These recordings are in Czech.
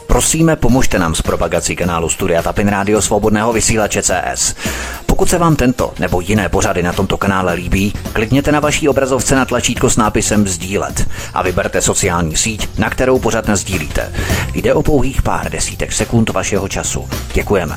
Prosíme, pomožte nám s propagací kanálu Studia Tapin Rádio Svobodného vysílače CS. Pokud se vám tento nebo jiné pořady na tomto kanále líbí, klikněte na vaší obrazovce na tlačítko s nápisem sdílet a vyberte sociální síť, na kterou pořad nasdílíte. Jde o pouhých pár desítek sekund vašeho času. Děkujeme.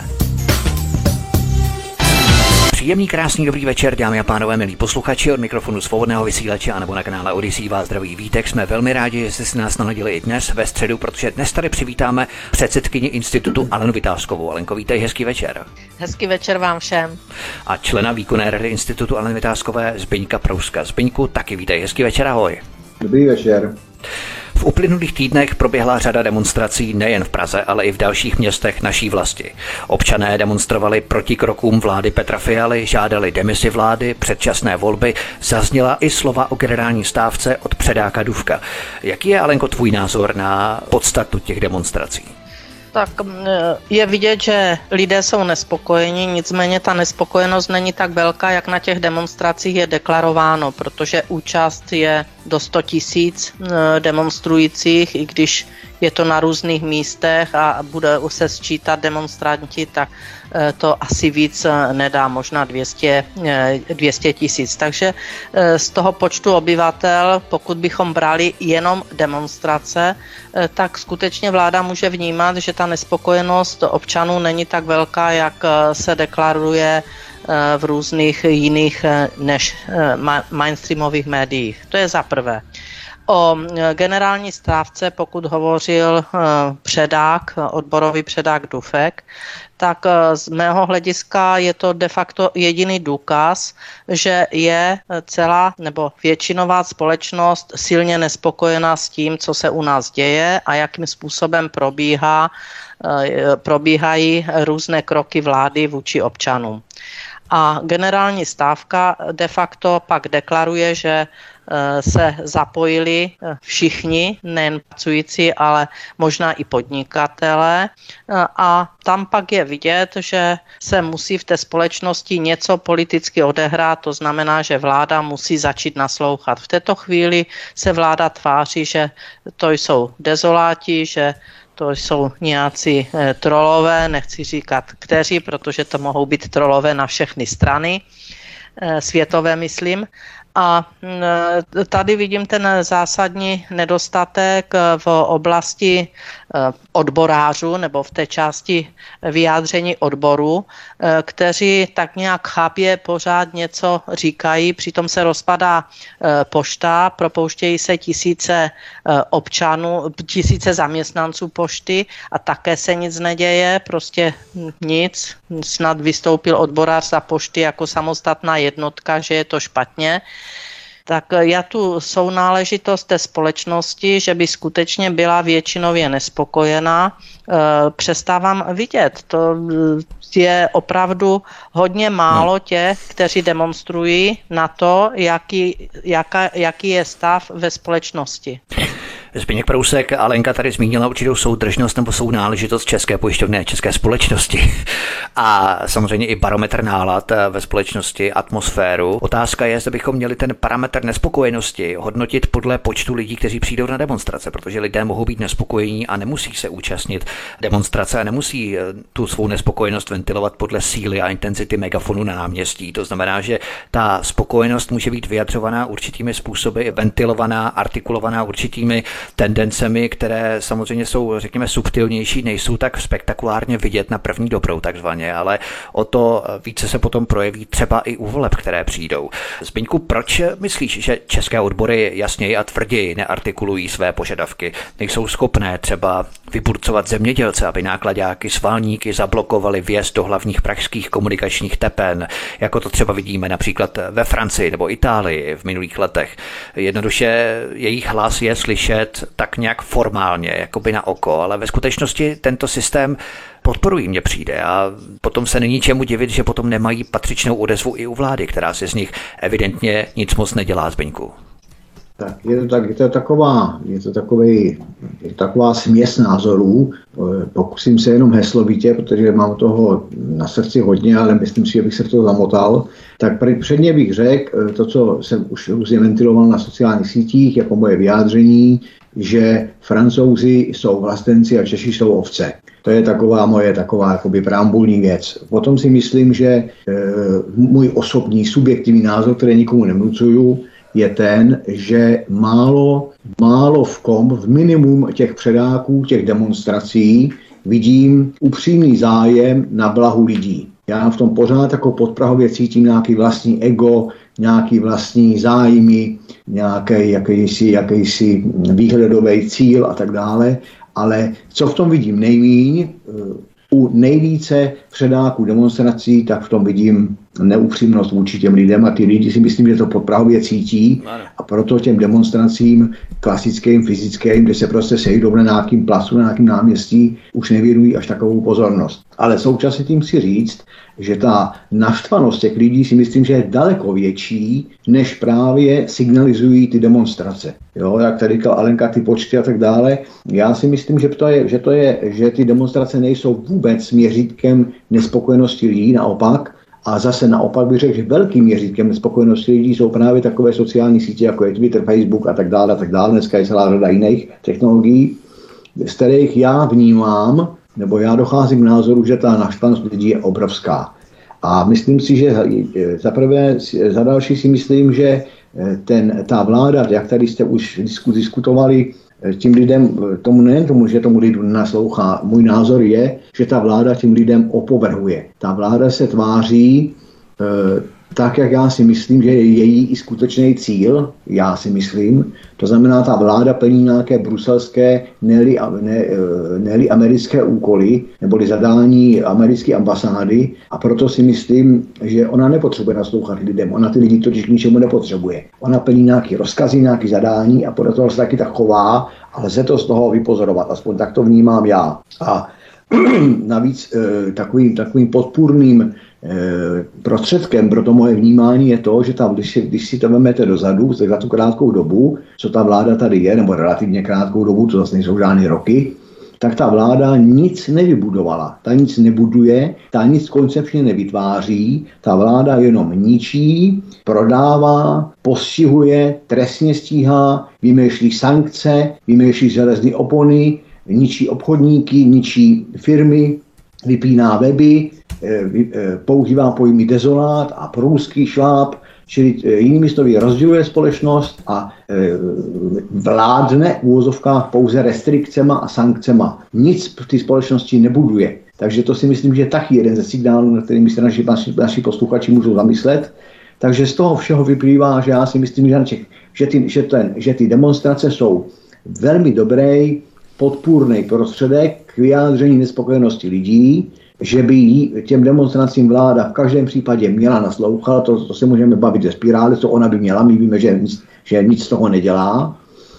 Příjemný, krásný, dobrý večer, dámy a pánové, milí posluchači, od mikrofonu Svobodného vysílače a nebo na kanále Odyssey vás zdraví Vítek. Jsme velmi rádi, že jste si nás naladili i dnes ve středu, protože dnes tady přivítáme předsedkyni institutu Alenu Vitáskovou. Alenko, vítej, hezký večer. Hezký večer vám všem. A člena výkonné rady institutu Aleny Vitáskové Zbyňka Prouska. Zbyňku, taky vítej, hezký večer, ahoj. Dobrý večer. V uplynulých týdnech proběhla řada demonstrací nejen v Praze, ale i v dalších městech naší vlasti. Občané demonstrovali proti krokům vlády Petra Fialy, žádali demisi vlády, předčasné volby, zazněla i slova o generální stávce od předáka Dufka. Jaký je, Alenko, tvůj názor na podstatu těch demonstrací? Tak je vidět, že lidé jsou nespokojeni, nicméně ta nespokojenost není tak velká, jak na těch demonstracích je deklarováno, protože účast je do 100 000 demonstrujících, i když je to na různých místech a bude se sčítat demonstranti, tak to asi víc nedá, možná 200 000. Takže z toho počtu obyvatel, pokud bychom brali jenom demonstrace, tak skutečně vláda může vnímat, že ta nespokojenost občanů není tak velká, jak se deklaruje v různých jiných než mainstreamových médiích. To je za prvé. O generální stávce, pokud hovořil odborový předák Dufek, tak z mého hlediska je to de facto jediný důkaz, že je celá nebo většinová společnost silně nespokojená s tím, co se u nás děje a jakým způsobem probíhají různé kroky vlády vůči občanům. A generální stávka de facto pak deklaruje, že se zapojili všichni, nejen pracující, ale možná i podnikatelé. A tam pak je vidět, že se musí v té společnosti něco politicky odehrát, to znamená, že vláda musí začít naslouchat. V této chvíli se vláda tváří, že to jsou dezoláti, že to jsou nějací trolové, nechci říkat kteří, protože to mohou být trolové na všechny strany, světové myslím. A tady vidím ten zásadní nedostatek v oblasti odborářů nebo v té části vyjádření odborů, kteří tak nějak chápě pořád něco říkají, přitom se rozpadá pošta, propouštějí se tisíce občanů, tisíce zaměstnanců pošty a také se nic neděje, prostě nic. Snad vystoupil odborář za pošty jako samostatná jednotka, že je to špatně. Tak já tu sounáležitost té společnosti, že by skutečně byla většinově nespokojená, přestávám vidět. To je opravdu hodně málo těch, kteří demonstrují na to, jaký je stav ve společnosti. Zbyněk Prousek, Alenka tady zmínila určitou soudržnost nebo sounáležitost České pojišťovny a české společnosti. A samozřejmě i barometr nálad ve společnosti, atmosféru. Otázka je, zda bychom měli ten parametr nespokojenosti hodnotit podle počtu lidí, kteří přijdou na demonstrace, protože lidé mohou být nespokojení a nemusí se účastnit demonstrace a nemusí tu svou nespokojenost ventilovat podle síly a intenzity megafonu na náměstí. To znamená, že ta spokojenost může být vyjadřovaná určitými způsoby, ventilovaná, artikulovaná určitými tendencemi, které samozřejmě jsou, řekněme, subtilnější, nejsou tak spektakulárně vidět na první dobrou takzvaně, ale o to více se potom projeví třeba i u voleb, které přijdou. Zbyňku, proč myslíš, že české odbory jasněji a tvrději neartikulují své požadavky? Nejsou schopné třeba vyburcovat zemědělce, aby náklaďáky, svalníky zablokovali vjezd do hlavních pražských komunikačních tepen, jako to třeba vidíme například ve Francii nebo Itálii v minulých letech. Jednoduše jejich hlas je slyšet tak nějak formálně, jakoby na oko, ale ve skutečnosti tento systém podporují, mně přijde, a potom se není čemu divit, že potom nemají patřičnou odezvu i u vlády, která si z nich evidentně nic moc nedělá, Zbyňku. Tak je to taková směs názorů. Pokusím se jenom heslovitě, protože mám toho na srdci hodně, ale myslím si, že bych se to zamotal. Tak předně bych řekl to, co jsem už různě ventiloval na sociálních sítích, jako moje vyjádření, že Francouzi jsou vlastenci a Češi jsou ovce. To je taková jakoby preambulní věc. Potom si myslím, že můj osobní subjektivní názor, který nikomu nevnucuju, je ten, že málo v minimum těch předáků, těch demonstrací vidím upřímný zájem na blahu lidí. Já v tom pořád jako podprahově cítím nějaký vlastní ego, nějaký vlastní zájmy, jakýsi výhledový cíl a tak dále. Ale co v tom vidím nejmíň, u nejvíce předáků demonstrací, tak v tom vidím neupřímnost vůči těm lidem a ty lidi si myslím, že to podprahově cítí a proto těm demonstracím klasickým, fyzickým, kde se prostě sejdou na nějakým placu, na nějakým náměstí, už nevěnují až takovou pozornost. Ale současně tím chci říct, že ta naštvanost těch lidí si myslím, že je daleko větší, než právě signalizují ty demonstrace. Jo, jak tady říkal Alenka, ty počty a tak dále. Já si myslím, že ty demonstrace nejsou vůbec měřítkem nespokojenosti lidí, naopak. A zase naopak bych řekl, že velkým měřítkem nespokojenosti lidí jsou právě takové sociální sítě, jako je Twitter, Facebook a tak dále. Dneska je celá řada jiných technologií, z kterých já vnímám, nebo já docházím k názoru, že ta naštvanost lidí je obrovská. A myslím si, že za další si myslím, že ta vláda, jak tady jste už diskutovali, tím lidem, nejen tomu, že tomu lidu naslouchá, můj názor je, že ta vláda tím lidem opovrhuje. Ta vláda se tváří tak, jak já si myslím, že je její i skutečný cíl, já si myslím. To znamená, ta vláda plní nějaké bruselské, ne-li americké úkoly, neboli zadání americké ambasády a proto si myslím, že ona nepotřebuje naslouchat lidem. Ona ty lidi totiž k ničemu nepotřebuje. Ona plní nějaké rozkazy, nějaké zadání a proto se taky tak chová a lze to z toho vypozorovat. Aspoň tak to vnímám já. A navíc takovým podpůrným prostředkem pro to moje vnímání je to, že tam, když si to vezmete dozadu, za tu krátkou dobu, co ta vláda tady je, nebo relativně krátkou dobu, to zase nejsou žádné roky, tak ta vláda nic nevybudovala. Ta nic nebuduje, ta nic koncepčně nevytváří, ta vláda jenom ničí, prodává, postihuje, trestně stíhá, vymýšlí sankce, vymýšlí železné opony, ničí obchodníky, ničí firmy, vypíná weby, používá pojmy dezolát a průzký šváb, čili jinými slovy rozděluje společnost a vládne v úvozovkách pouze restrikcema a sankcema. Nic v té společnosti nebuduje. Takže to si myslím, že je taky jeden ze signálů, na kterými se naši posluchači můžou zamyslet. Takže z toho všeho vyplývá, že já si myslím, že ty demonstrace jsou velmi dobrý podpůrný prostředek k vyjádření nespokojenosti lidí, že by těm demonstracím vláda v každém případě měla naslouchat, to se můžeme bavit ze spirály, co ona by měla, my víme, že nic z toho nedělá.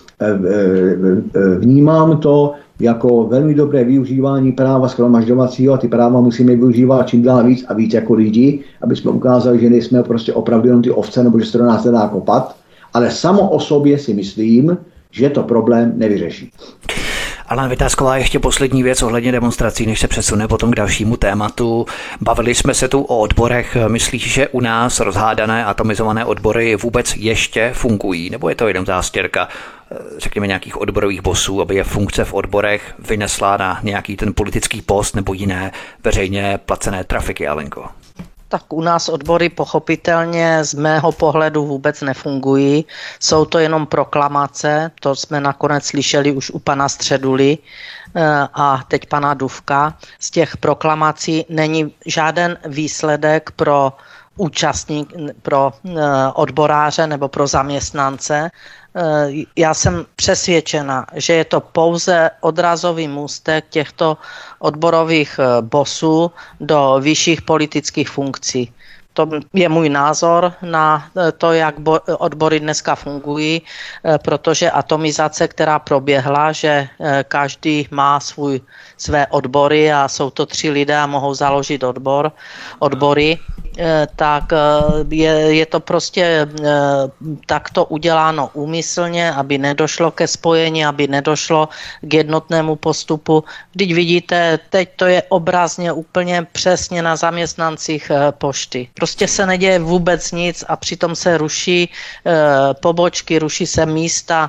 Vnímám to jako velmi dobré využívání práva shromažďovacího a ty práva musíme využívat čím dál víc a víc jako lidi, aby jsme ukázali, že nejsme prostě opravdu jenom ty ovce, nebo že se do nás nedá kopat, ale samo o sobě si myslím, že to problém nevyřeší. Alena Vitásková, ještě poslední věc ohledně demonstrací, než se přesune potom k dalšímu tématu. Bavili jsme se tu o odborech. Myslíš, že u nás rozhádané atomizované odbory vůbec ještě fungují? Nebo je to jenom zástěrka, řekněme, nějakých odborových bosů, aby je funkce v odborech vynesla na nějaký ten politický post nebo jiné veřejně placené trafiky, Alenko? Tak u nás odbory pochopitelně z mého pohledu vůbec nefungují. Jsou to jenom proklamace, to jsme nakonec slyšeli už u pana Středuly a teď pana Dufka. Z těch proklamací není žáden výsledek pro pro odboráře nebo pro zaměstnance. Já jsem přesvědčena, že je to pouze odrazový můstek těchto odborových bosů do vyšších politických funkcí. To je můj názor na to, jak odbory dneska fungují, protože atomizace, která proběhla, že každý má své odbory a jsou to 3 lidé a mohou založit odbory, tak je to prostě takto uděláno úmyslně, aby nedošlo ke spojení, aby nedošlo k jednotnému postupu. Vždyť vidíte, teď to je obrazně úplně přesně na zaměstnancích pošty. Prostě se neděje vůbec nic a přitom se ruší pobočky, ruší se místa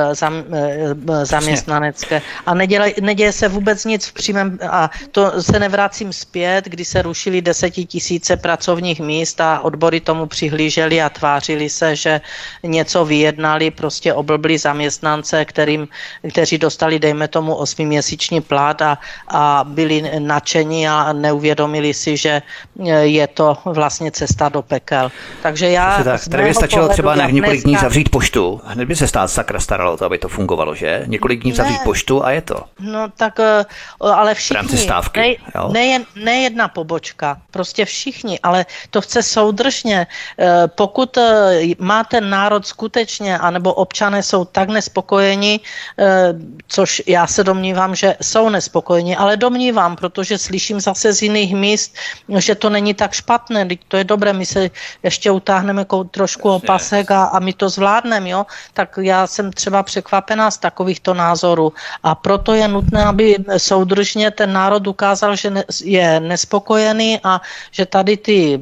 zaměstnanecké a neděje se vůbec nic v přímém, a to se nevracím zpět, kdy se rušily 10 000 pracovních míst a odbory tomu přihlíželi a tvářili se, že něco vyjednali, prostě oblbli zaměstnance, kteří dostali, dejme tomu, 8měsíční plat a byli nadšení a neuvědomili si, že je to vlastně cesta do pekel. Takže já... Tady by stačilo třeba na několik dní zavřít poštu. Hned by se stát sakra staralo o to, aby to fungovalo, že? Několik dní zavřít poštu a je to. No tak, ale všichni. V rámci stávky. Ne jedna pobočka, prostě všichni, ale to chce soudržně. Pokud má ten národ skutečně, anebo občané jsou tak nespokojeni, což já se domnívám, že jsou nespokojeni, ale domnívám, protože slyším zase z jiných míst, že to není tak špatné, to je dobré, my se ještě utáhneme trošku opasek a my to zvládneme, jo? Tak já jsem třeba překvapená z takovýchto názorů a proto je nutné, aby soudržně ten národ ukázal, že je nespokojený a že tady ty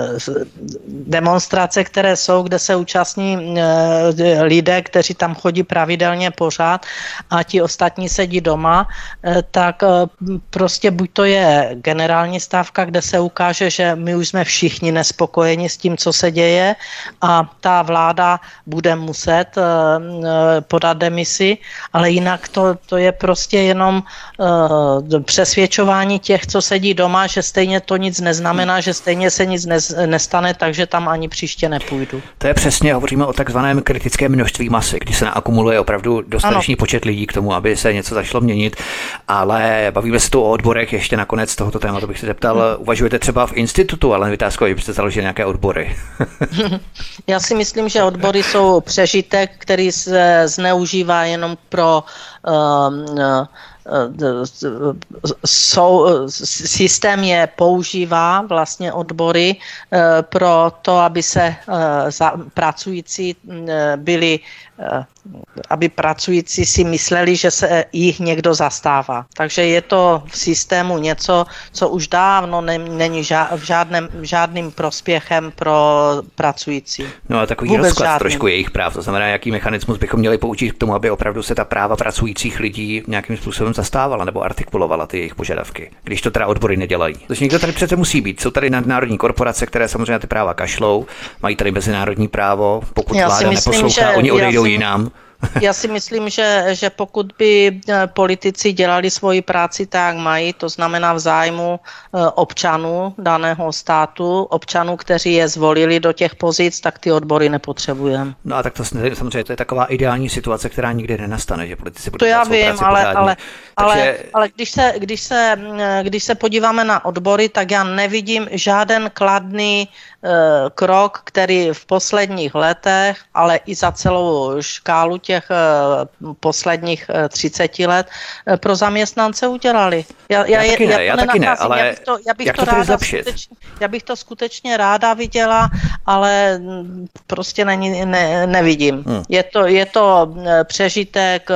demonstrace, které jsou, kde se účastní lidé, kteří tam chodí pravidelně pořád a ti ostatní sedí doma, tak prostě buď to je generální stávka, kde se ukáže, že my už jsme všichni nespokojeni s tím, co se děje a ta vláda bude muset podat demisi, ale jinak to je prostě jenom přesvědčování těch, co sedí doma, že stejně to nic neznamená, že stejně se nic nestane, takže tam ani příště nepůjdu. To je přesně, hovoříme o takzvaném kritickém množství masy, kdy se naakumuluje opravdu dostatečný počet lidí k tomu, aby se něco začalo měnit, ale bavíme se tu o odborech, ještě nakonec tohoto tématu bych se zeptal, uvažujete třeba v institutu, ale Vytázkovi, že byste založili nějaké odbory? Já si myslím, že odbory jsou přežitek, který se zneužívá jenom pro systém je používá vlastně odbory pro to, aby se pracující byli, aby pracující si mysleli, že se jich někdo zastává. Takže je to v systému něco, co už dávno není žádným prospěchem pro pracující. No a takový rozklad trošku jejich práv, to znamená, jaký mechanismus bychom měli použít k tomu, aby opravdu se ta práva pracujících lidí nějakým způsobem zastávala nebo artikulovala ty jejich požadavky, když to teda odbory nedělají. Protože někdo tady přece musí být. Jsou tady nadnárodní korporace, které samozřejmě ty práva kašlou, mají tady mezinárodní právo, pokud vláda neposlouchá, oni odejdou jinam. Já si myslím, že pokud by politici dělali svoji práci tak, jak mají, to znamená v zájmu občanů daného státu, občanů, kteří je zvolili do těch pozic, tak ty odbory nepotřebujeme. No a tak to samozřejmě to je taková ideální situace, která nikdy nenastane, že politici budou to já vím, ale když se podíváme na odbory, tak já nevidím žádný kladný krok, který v posledních letech, ale i za celou škálu těch posledních 30 let pro zaměstnance udělali. Já taky ne, ale já bych to skutečně ráda viděla, ale prostě nevidím. Je to přežitek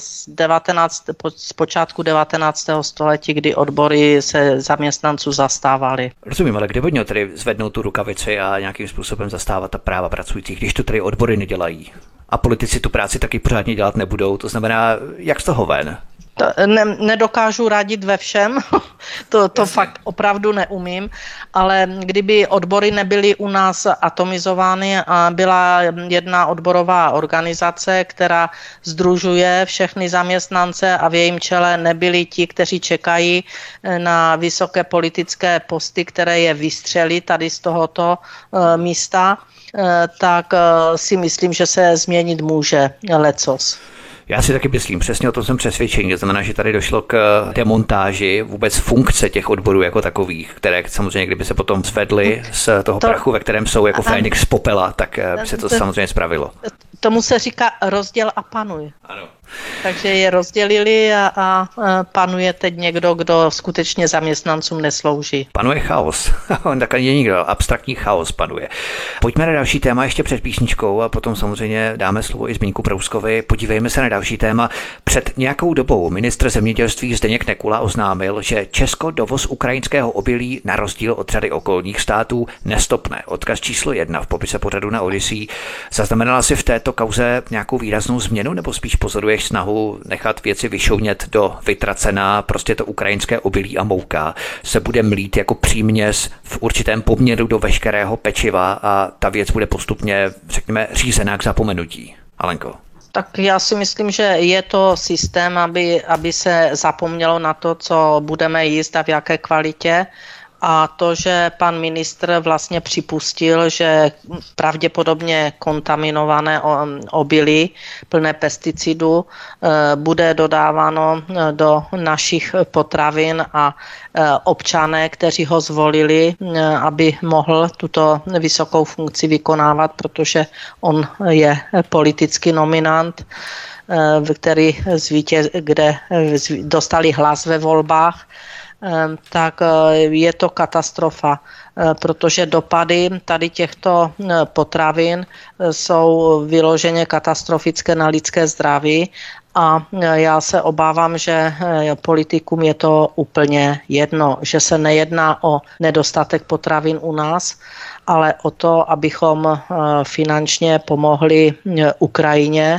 z počátku 19. století, kdy odbory se zaměstnanců zastávaly. Rozumím, ale kde by měl tedy zvednout tu rukavici a nějakým způsobem zastávat ta práva pracujících, když to tedy odbory nedělají? A politici tu práci taky pořádně dělat nebudou, to znamená, jak z toho ven? Nedokážu radit ve všem, to fakt opravdu neumím, ale kdyby odbory nebyly u nás atomizovány a byla jedna odborová organizace, která sdružuje všechny zaměstnance a v jejím čele nebyli ti, kteří čekají na vysoké politické posty, které je vystřelí tady z tohoto místa, tak si myslím, že se změnit může lecos. Já si taky myslím, přesně o tom jsem přesvědčený. To znamená, že tady došlo k demontáži vůbec funkce těch odborů jako takových, které samozřejmě, kdyby se potom zvedly z toho prachu, ve kterém jsou jako Fénix z popela, tak by se to samozřejmě spravilo. Tomu se říká rozděl a panuj. Ano. Takže je rozdělili a panuje teď někdo, kdo skutečně zaměstnancům neslouží. Panuje chaos. Tak ani nikdo, abstraktní chaos panuje. Pojďme na další téma ještě před písničkou a potom samozřejmě dáme slovo i Zbyňku Prouskovi. Podívejme se na další téma. Před nějakou dobou ministr zemědělství Zdeněk Nekula oznámil, že Česko dovoz ukrajinského obilí na rozdíl od řady okolních států nestopne. Odkaz číslo 1 v popise pořadu na Odyssey. Zaznamenala si v této kauze nějakou výraznou změnu nebo spíš pozoruješ snahu nechat věci vyšounět do vytracená, prostě to ukrajinské obilí a mouka se bude mlít jako příměs v určitém poměru do veškerého pečiva a ta věc bude postupně, řekněme, řízená k zapomenutí. Alenko. Tak já si myslím, že je to systém, aby se zapomnělo na to, co budeme jíst a v jaké kvalitě. A to, že pan ministr vlastně připustil, že pravděpodobně kontaminované obilí plné pesticidů bude dodáváno do našich potravin a občané, kteří ho zvolili, aby mohl tuto vysokou funkci vykonávat, protože on je politický nominant, kde dostali hlas ve volbách, tak je to katastrofa, protože dopady tady těchto potravin jsou vyloženě katastrofické na lidské zdraví a já se obávám, že politikům je to úplně jedno, že se nejedná o nedostatek potravin u nás, ale o to, abychom finančně pomohli Ukrajině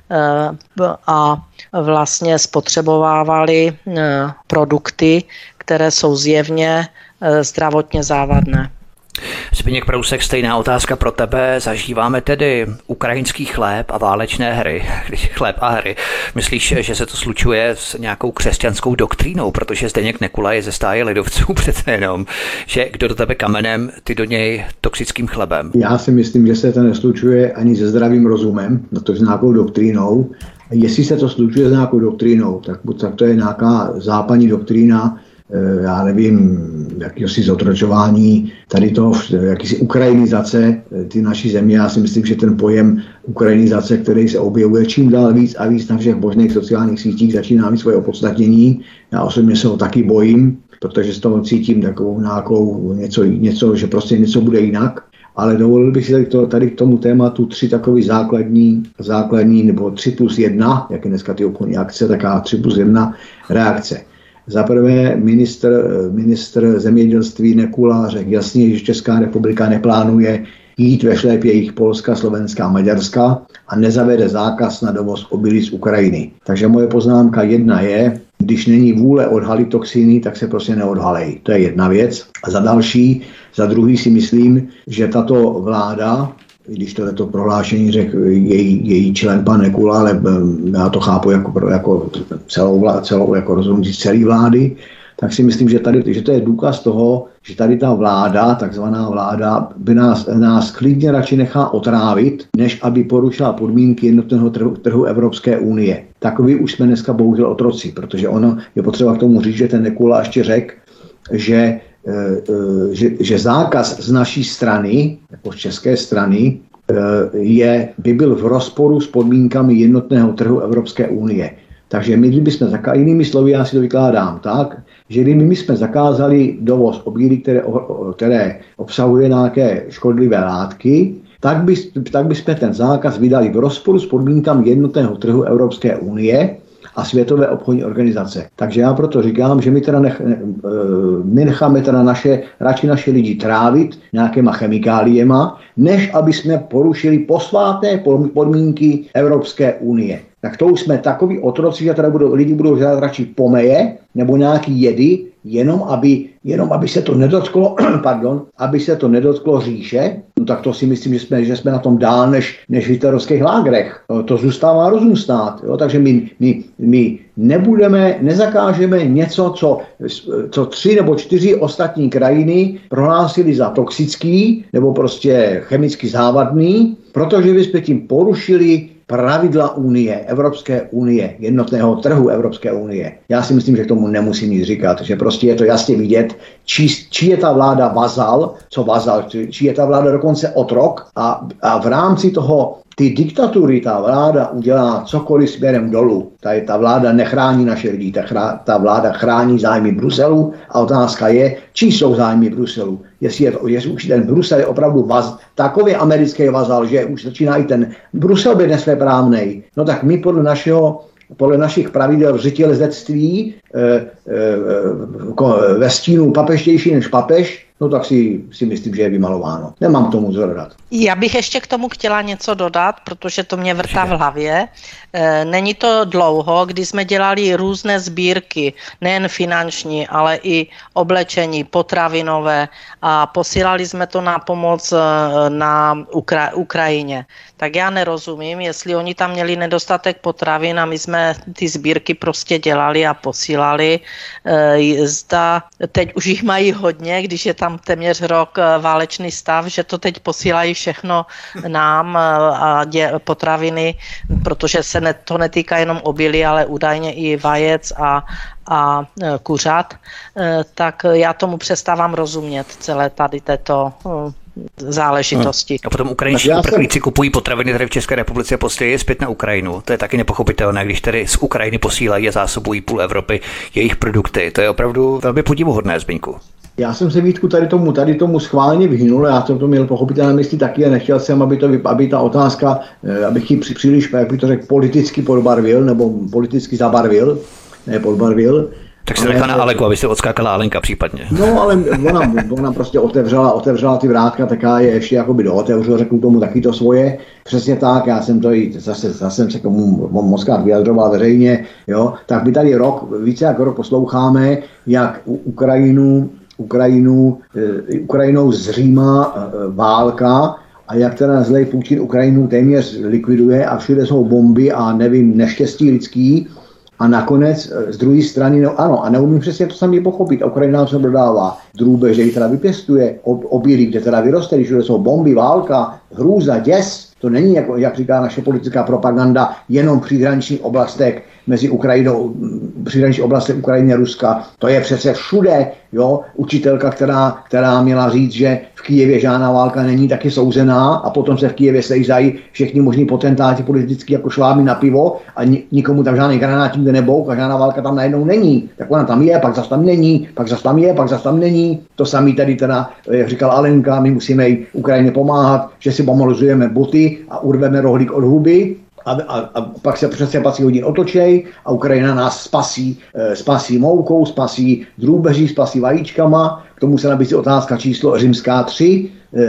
a vlastně spotřebovávali produkty, které jsou zjevně zdravotně závadné. Zbyněk Prousek, stejná otázka pro tebe. Zažíváme tedy ukrajinský chléb a válečné hry, chléb a hry. Myslíš, že se to slučuje s nějakou křesťanskou doktrínou, protože Zdeněk Nekula je ze stáje lidovců přece jenom, že kdo do tebe kamenem, ty do něj toxickým chlebem? Já si myslím, že se to neslučuje ani se zdravým rozumem, to s nějakou doktrínou. Jestli se to slučuje s nějakou doktrínou, tak to je nějaká západní doktrína, já nevím, jakýsi zotročování, tady toho, jakýsi ukrajinizace ty naší země. Já si myslím, že ten pojem ukrajinizace, který se objevuje čím dál víc a víc na všech možných sociálních sítích, začíná mít svoje opodstatnění. Já osobně se ho taky bojím, protože z toho cítím takovou nějakou něco, že prostě něco bude jinak. Ale dovolil bych si tady k tomu tématu 3 takový základní nebo 3+1, jak je dneska ty obchodní akce, taká 3+1 reakce. Za prvé ministr zemědělství Nekula řekl jasně, že Česká republika neplánuje jít ve šlépějích Polska, Slovenska a Maďarska a nezavede zákaz na dovoz obilí z Ukrajiny. Takže moje poznámka 1 je, když není vůle odhalit toxiny, tak se prostě neodhalej. To je jedna věc. A za druhý si myslím, že tato vláda, když to prohlášení řekl její člen pan Nekula, ale já to chápu jako celou jako rozhodnutí celé vlády, tak si myslím, že to je důkaz toho, že tady ta vláda, takzvaná vláda, by nás klidně radši nechá otrávit, než aby porušila podmínky jednotného trhu Evropské unie. Takový už jsme dneska bohužel otroci, protože ono je potřeba k tomu říct, že ten Nekula ještě řekl, že zákaz z naší strany, jako z české strany, by byl v rozporu s podmínkami jednotného trhu Evropské unie. Takže my, jinými slovy, já si to vykládám tak, že kdyby my jsme zakázali dovoz obilí, které obsahuje nějaké škodlivé látky, tak bychom ten zákaz vydali v rozporu s podmínkami jednotného trhu Evropské unie a Světové obchodní organizace. Takže já proto říkám, že my necháme radši naše lidi trávit nějakýma chemikáliema, než aby jsme porušili posvátné podmínky Evropské unie. Tak to už jsme takový otroci, že lidi budou žádat radši pomeje nebo nějaký jedy, jenom aby se to nedotklo, aby se to nedotklo říše. No tak to si myslím, že jsme na tom dál než v hitlerovských lágrech. To zůstává rozum stát. Jo? Takže my nezakážeme něco, co 3 nebo 4 ostatní krajiny prohlásili za toxický nebo prostě chemicky závadný, protože bychom tím porušili pravidla Unie, Evropské unie, jednotného trhu Evropské unie. Já si myslím, že k tomu nemusím nic říkat, že prostě je to jasně vidět, či je ta vláda vazal, či je ta vláda dokonce otrok a v rámci ty diktatury ta vláda udělá cokoliv směrem dolů. Ta vláda nechrání naše lidi, ta vláda chrání zájmy Bruselu a otázka je, čí jsou zájmy Bruselu. Jestli už ten Brusel je opravdu takový americký vazal, že už začíná i ten Brusel být nesvéprávnej, no tak my podle našich pravidel řetělezectví ve stínu papeštější než papež, no tak si myslím, že je vymalováno. Nemám k tomu co dodat. Já bych ještě k tomu chtěla něco dodat, protože to mě vrtá v hlavě. Není to dlouho, kdy jsme dělali různé sbírky, nejen finanční, ale i oblečení, potravinové a posílali jsme to na pomoc na Ukrajině. Tak já nerozumím, jestli oni tam měli nedostatek potravin a my jsme ty sbírky prostě dělali a posílali. Zda teď už jich mají hodně, když je tam téměř rok válečný stav, že to teď posílají všechno nám a potraviny, protože se to netýká jenom obilí, ale údajně i vajec a kuřat, tak já tomu přestávám rozumět celé tady této záležitosti. A potom ukrajinští uprchlíci kupují potraviny tady v České republice a posílají je zpět na Ukrajinu. To je taky nepochopitelné, když tady z Ukrajiny posílají a zásobují půl Evropy jejich produkty. To je opravdu velmi podivuhodné, Zbyňku. Já jsem se, Vítku, tady tomu schválně vyhnul, já jsem to měl pochopitelné mysli taky a nechtěl jsem, aby ta otázka, abych ji příliš, jak by to řekl, politicky podbarvil, nebo politicky zabarvil, ne podbarvil. Tak se nechá na Alenku, aby se odskákala Alenka případně. No, ale ona prostě otevřela ty vrátka, tak já je ještě jakoby dootevřu, řeknu tomu taky to svoje. Přesně tak, já jsem to i zase se k tomu mockrát vyjadřoval veřejně, jo. Tak my tady více jak rok posloucháme, jak Ukrajinou zřímá válka a jak teda zlej Putin Ukrajinu téměř likviduje a všude jsou bomby a nevím, neštěstí lidský. A nakonec z druhé strany, ano, a neumím přesně to sami pochopit. Ukrajina nám se dodává drůbeže, ji teda vypěstuje, obilí, kde teda vyroste, když jsou bomby, válka, hrůza, děs. To není, jak říká naše politická propaganda, jenom příhraničních oblastech mezi Ukrajinou, příhraničních oblastech Ukrajiny a Ruska. To je přece všude, jo. Učitelka, která měla říct, že v Kyjevě žádná válka není, taky souzená a potom se v Kyjevě sejzají všichni možní potentáti politický jako šváby na pivo a nikomu tam žádný granát nikde nebouch a žádná válka tam najednou není. Tak ona tam je, pak zas tam není, pak zas tam je, pak zas tam není. To samý tady teda, jak říkal Alenka, my musíme Ukrajině pomáhat, že si pomalizujeme boty a urveme rohlík od huby. A pak se přesně 20 hodin otočej a Ukrajina nás spasí moukou, spasí drůbeží, spasí vajíčkama. K tomu se nabízí otázka číslo římská 3.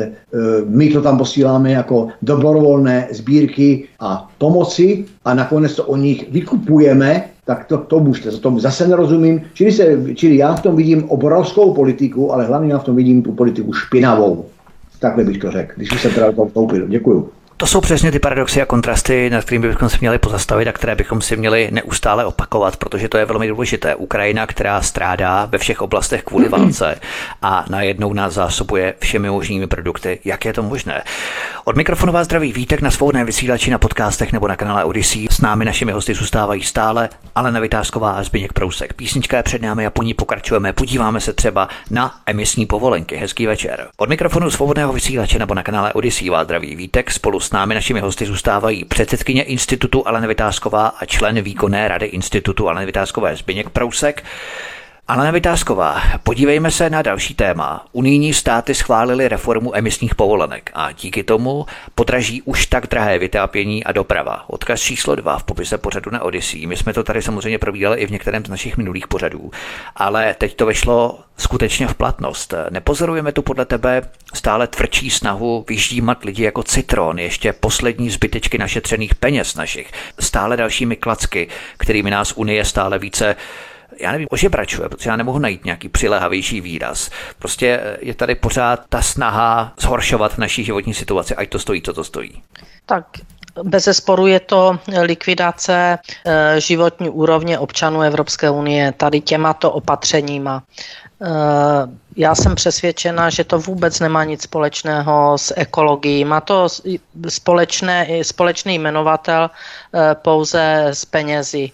My to tam posíláme jako dobrovolné sbírky a pomoci a nakonec to o nich vykupujeme, tak tomu zase nerozumím. Čili já v tom vidím obrovskou politiku, ale hlavně já v tom vidím tu politiku špinavou. Takhle bych to řekl, když jsem teda to vstoupil. Děkuju. To jsou přesně ty paradoxy a kontrasty, nad kterými bychom se měli pozastavit a které bychom si měli neustále opakovat, protože to je velmi důležité. Ukrajina, která strádá ve všech oblastech kvůli válce a najednou nás zásobuje všemi možnými produkty. Jak je to možné? Od mikrofonu vás zdraví Vítek na svobodném vysílači, na podcastech nebo na kanále Odyssey. S námi našimi hosty zůstávají stále Alena Vytázková a Zbyněk Prousek. Písnička je před námi a po ní pokračujeme. Podíváme se třeba na emisní povolenky. Hezký večer. Od mikrofonu svobodného vysílače nebo na kanále Odyssey vás zdraví Vítek. Spolu s námi našimi hosty zůstávají předsedkyně institutu Alena Vytázková a člen výkonné rady institutu Aleny Vytázkové Zbyněk Prousek. Alena Vytázková, podívejme se na další téma. Unijní státy schválily reformu emisních povolenek a díky tomu podraží už tak drahé vytápění a doprava. Odkaz číslo 2 v popise pořadu na Odyssey. My jsme to tady samozřejmě probídali i v některém z našich minulých pořadů, ale teď to vešlo skutečně v platnost. Nepozorujeme tu podle tebe stále tvrdší snahu vyždímat lidi jako citron, ještě poslední zbytečky našetřených peněz našich, stále dalšími klacky, kterými nás Unie stále více ožebračuje, protože já nemohu najít nějaký přiléhavější výraz. Prostě je tady pořád ta snaha zhoršovat naší životní situaci, ať to stojí, co to stojí. Tak bezesporu je to likvidace životní úrovně občanů Evropské unie tady těmato opatřeníma. Já jsem přesvědčena, že to vůbec nemá nic společného s ekologií. Má to společný jmenovatel pouze s penězi.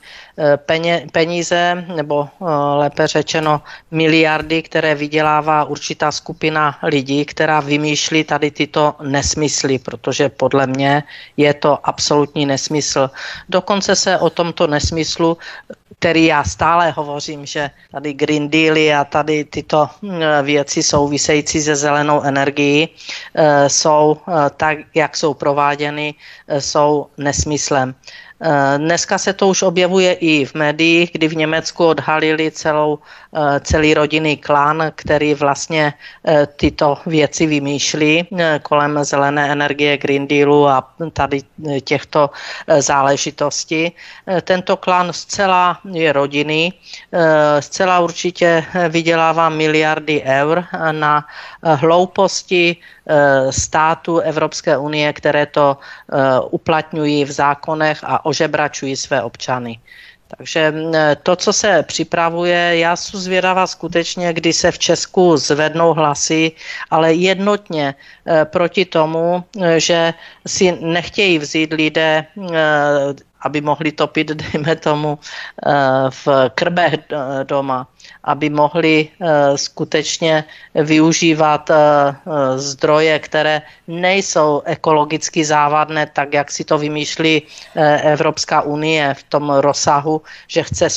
Peníze, nebo lépe řečeno miliardy, které vydělává určitá skupina lidí, která vymýšlí tady tyto nesmysly, protože podle mě je to absolutní nesmysl. Dokonce se o tomto nesmyslu, který já stále hovořím, že tady Green Dealy a tady tyto věci související se zelenou energií jsou tak, jak jsou prováděny, jsou nesmyslem. Dneska se to už objevuje i v médiích, kdy v Německu odhalili celý rodinný klan, který vlastně tyto věci vymýšlí kolem zelené energie, Green Dealu a tady těchto záležitostí. Tento klan zcela je rodinný, zcela určitě vydělává miliardy eur na hlouposti států Evropské unie, které to uplatňují v zákonech a ožebračují své občany. Takže to, co se připravuje, já jsem zvědavá skutečně, kdy se v Česku zvednou hlasy, ale jednotně proti tomu, že si nechtějí vzít lidé, aby mohli topit, dejme tomu, v krbech doma, aby mohli skutečně využívat zdroje, které nejsou ekologicky závadné, tak jak si to vymýšlí Evropská unie v tom rozsahu, že chce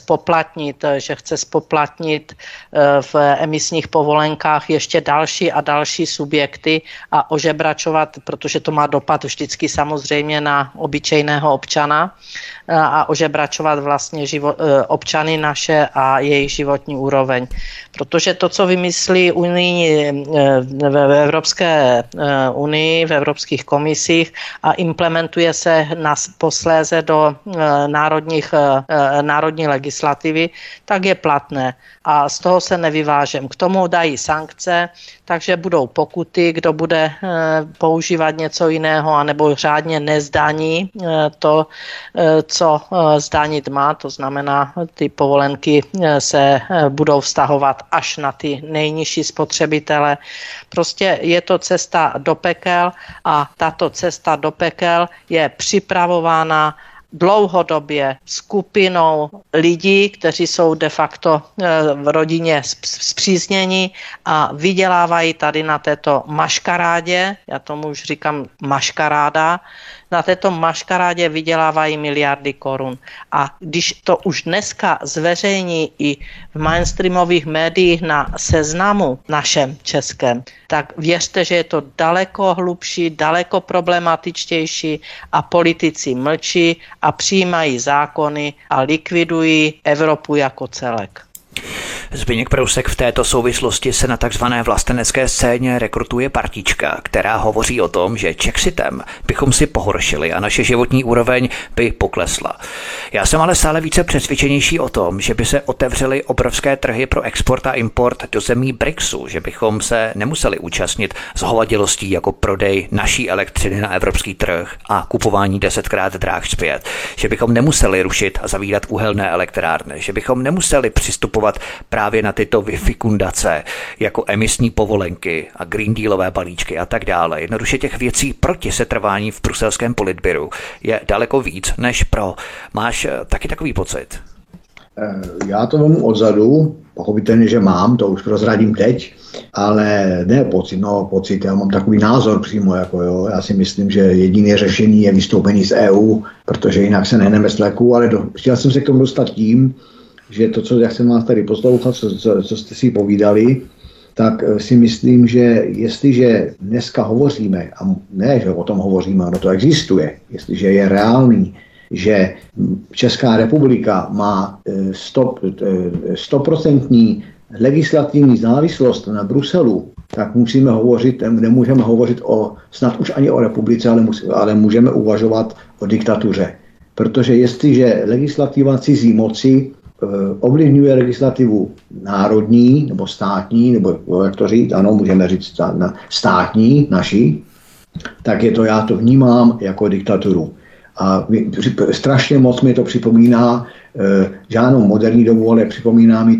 spoplatnit v emisních povolenkách ještě další a další subjekty a ožebračovat, protože to má dopad vždycky samozřejmě na obyčejného občana, a ožebračovat vlastně občany naše a jejich životní úroveň. Protože to, co vymyslí v Evropské unii, v evropských komisích a implementuje se posléze do národní legislativy, tak je platné. A z toho se nevyvážem. K tomu dají sankce, takže budou pokuty, kdo bude používat něco jiného, anebo řádně nezdaní to, co zdanit má, to znamená, ty povolenky se budou vztahovat až na ty nejnižší spotřebitele. Prostě je to cesta do pekel a tato cesta do pekel je připravována dlouhodobě skupinou lidí, kteří jsou de facto v rodině spříznění a vydělávají tady na této maškarádě, já tomu už říkám maškaráda, na této maškarádě vydělávají miliardy korun. A když to už dneska zveřejní i v mainstreamových médiích na Seznamu našem českém, tak věřte, že je to daleko hlubší, daleko problematičtější a politici mlčí a přijímají zákony a likvidují Evropu jako celek. Zbyněk Prousek v této souvislosti se na takzvané vlastenecké scéně rekrutuje partička, která hovoří o tom, že Czexitem bychom si pohoršili a naše životní úroveň by poklesla. Já jsem ale stále více přesvědčenější o tom, že by se otevřely obrovské trhy pro export a import do zemí BRICSu, že bychom se nemuseli účastnit zhovadilostí jako prodej naší elektřiny na evropský trh a kupování 10krát dráž zpět, že bychom nemuseli rušit a zavírat uhelné elektrárny, že bychom nemuseli přistupovat právě na tyto vyfikundace jako emisní povolenky a Green Dealové balíčky a tak dále. Jednoduše těch věcí proti setrvání v bruselském politbyru je daleko víc než pro. Máš taky takový pocit? Já to vemu odzadu, pochopitelně, že mám, to už prozradím teď, ale ne pocit, já mám takový názor přímo, já si myslím, že jediné řešení je vystoupení z EU, protože jinak se nehneme z leku, ale chtěl jsem se k tomu dostat tím, že to, jak jsem vás tady poslouchal, co jste si povídali, tak si myslím, že jestliže dneska hovoříme, a ne, že o tom hovoříme, ono to existuje, jestliže je reálný, že Česká republika má 100% legislativní závislost na Bruselu, tak nemůžeme hovořit snad už ani o republice, ale můžeme uvažovat o diktatuře. Protože jestliže legislativa cizí moci ovlivňuje legislativu národní nebo státní, nebo jak to říct, ano, můžeme říct státní, naší, tak já to vnímám jako diktaturu. A strašně moc mi to připomíná žádnou moderní dobu, ale připomíná mi to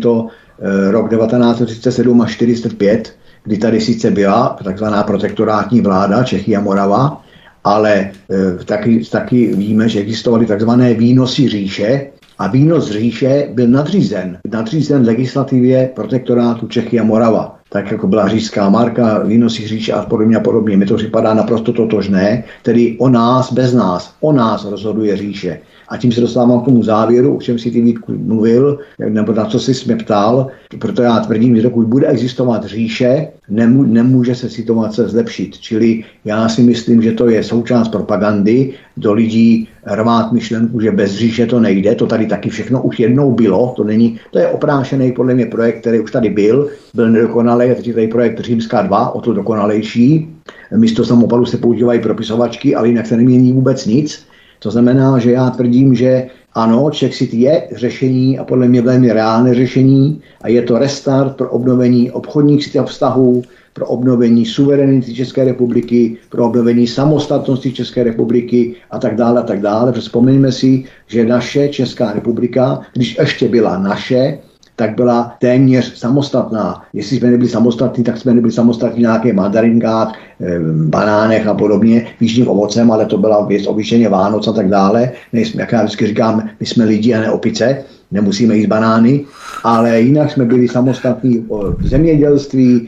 rok 1937 až 1945, kdy tady sice byla takzvaná protektorátní vláda Čechy a Morava, ale taky víme, že existovaly takzvané výnosy říše a výnos říše byl nadřízen legislativě protektorátu Čechy a Morava. Tak jako byla říšská marka, výnosy říše a podobně a podobně. Mi to připadá naprosto totožné, tedy o nás, bez nás, o nás rozhoduje říše. A tím se dostávám k tomu závěru, o čem si ty Vítku mluvil, nebo na co jsi mě ptal, proto já tvrdím, že dokud bude existovat říše, nemůže se situace zlepšit. Čili já si myslím, že to je součást propagandy, do lidí rvát myšlenku, že bez říše to nejde, to tady taky všechno už jednou bylo, to je oprášený podle mě projekt, který už tady byl nedokonalý, a teď je tady projekt Římská 2, o to dokonalejší. Místo samopalu se používají propisovačky, ale jinak se nemění vůbec nic. To znamená, že já tvrdím, že ano, Czech je řešení a podle mě velmi reálné řešení a je to restart pro obnovení obchodních vztahů, pro obnovení suverenity České republiky, pro obnovení samostatnosti České republiky a tak dále. Vzpomeňme si, že naše Česká republika, když ještě byla naše, tak byla téměř samostatná. Jestli jsme nebyli samostatní, tak jsme nebyli samostatní v nějakých mandarinkách, banánech a podobně, výživným ovocem, ale to byla věc obyčejně Vánoc a tak dále. Nejsme, jak já vždycky říkám, my jsme lidi a ne opice, nemusíme jíst banány, ale jinak jsme byli samostatní v zemědělství,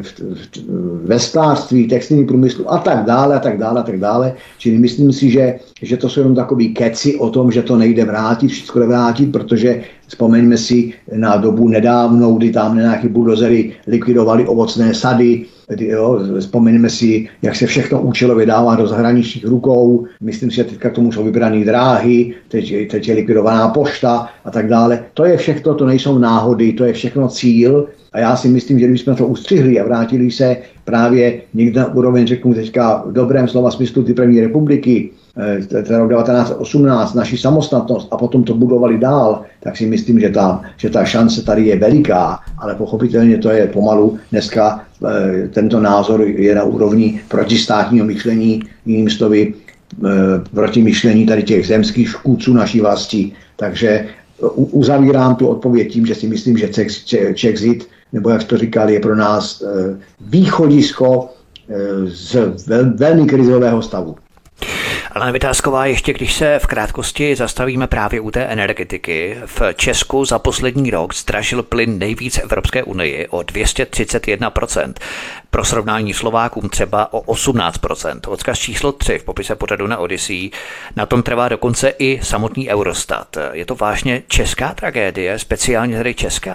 ve sklářství, textilní průmyslu a tak dále. Čili myslím si, že to jsou jenom takový keci o tom, že to nejde vrátit, všechno jde vrátit, protože vzpomeňme si na dobu nedávnou, kdy tam nějaký buldozery likvidovali ovocné sady, vzpomeňme si, jak se všechno účelově dává do zahraničních rukou, myslím si, že teďka k tomu jsou vybrané dráhy, teď je likvidovaná pošta a tak dále. To je všechno, to nejsou náhody, to je všechno cíl. A já si myslím, že kdybychom to ustřihli a vrátili se právě někde na úroveň, řeknu teďka v dobrém slova smyslu ty první republiky, ten rok 1918, naši samostatnost a potom to budovali dál, tak si myslím, že ta šance tady je veliká, ale pochopitelně to je pomalu. Dneska tento názor je na úrovni protistátního myšlení, jiným slovy proti myšlení tady těch zemských škůdců naší vlasti. Takže uzavírám tu odpověď tím, že si myslím, že Czechzit, nebo jak to říkali, je pro nás východisko z velmi krizového stavu. Alena Vitásková, ještě když se v krátkosti zastavíme právě u té energetiky, v Česku za poslední rok zdražil plyn nejvíc Evropské unii o 231%. Pro srovnání Slovákům třeba o 18%. Odkaz číslo 3 v popise pořadu na Odyssey. Na tom trvá dokonce i samotný Eurostat. Je to vážně česká tragédie, speciálně tedy česká?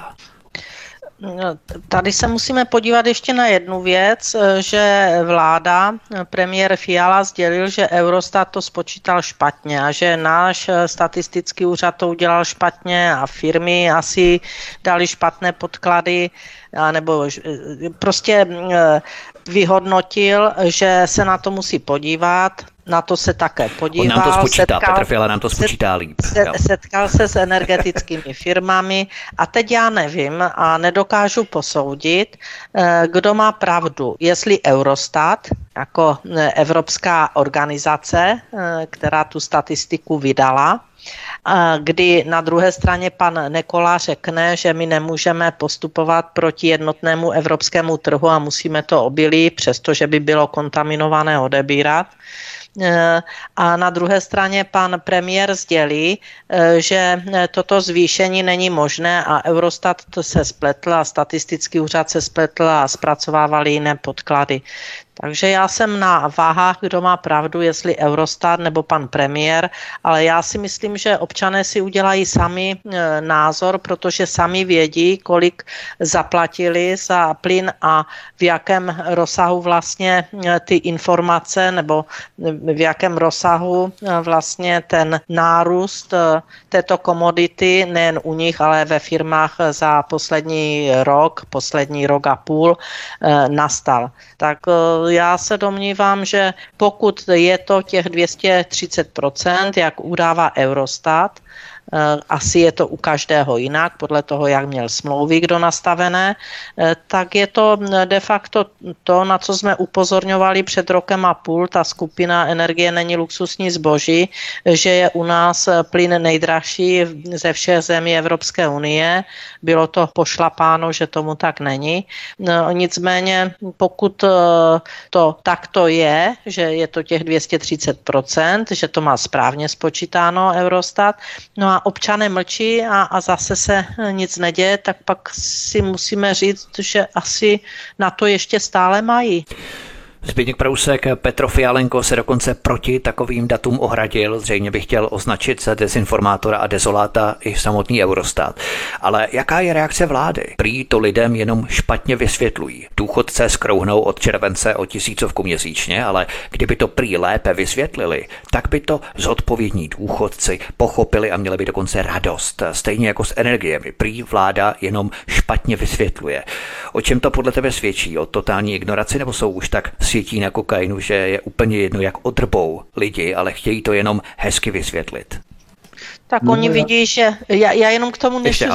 Tady se musíme podívat ještě na jednu věc, že vláda, premiér Fiala sdělil, že Eurostat to spočítal špatně a že náš statistický úřad to udělal špatně a firmy asi dali špatné podklady, nebo prostě vyhodnotil, že se na to musí podívat. Na to se také podíval. On nám to spočítá, Petr Fiala nám to spočítá líp. Setkal se s energetickými firmami a teď já nevím a nedokážu posoudit, kdo má pravdu. Jestli Eurostat, jako evropská organizace, která tu statistiku vydala, kdy na druhé straně pan Nekola řekne, že my nemůžeme postupovat proti jednotnému evropskému trhu a musíme to obilí, přestože by bylo kontaminované, odebírat. A na druhé straně pan premiér sdělí, že toto zvýšení není možné a Eurostat se spletl a statistický úřad se spletl a zpracovávali jiné podklady. Takže já jsem na váhách, kdo má pravdu, jestli Eurostat nebo pan premiér, ale já si myslím, že občané si udělají sami názor, protože sami vědí, kolik zaplatili za plyn a v jakém rozsahu vlastně ty informace nebo v jakém rozsahu vlastně ten nárůst této komodity nejen u nich, ale ve firmách za poslední rok a půl nastal. Tak já se domnívám, že pokud je to těch 230%, jak udává Eurostat, asi je to u každého jinak, podle toho, jak měl smlouvy kdo nastavené, tak je to de facto to, na co jsme upozorňovali před rokem a půl, ta skupina Energie není luxusní zboží, že je u nás plyn nejdražší ze všech zemí Evropské unie. Bylo to pošlapáno, že tomu tak není. Nicméně, pokud to takto je, že je to těch 230%, že to má správně spočítáno Eurostat, no a občané mlčí a zase se nic neděje, tak pak si musíme říct, že asi na to ještě stále mají. Zbyněk Prousek, Petro Fialenko se dokonce proti takovým datům ohradil, zřejmě by chtěl označit za dezinformátora a dezoláta i samotný Eurostat. Ale jaká je reakce vlády? Prý to lidem jenom špatně vysvětlují. Důchodce skrouhnou od července o 1000 měsíčně, ale kdyby to prý lépe vysvětlili, tak by to zodpovědní důchodci pochopili a měli by dokonce radost. Stejně jako s energiemi. Prý vláda jenom špatně vysvětluje. O čem to podle tebe svědčí? O totální ignoraci nebo jsou už tak světí na kokainu, že je úplně jedno, jak odrbou lidi, ale chtějí to jenom hezky vysvětlit? Tak oni vidí, že já jenom k tomu nechci,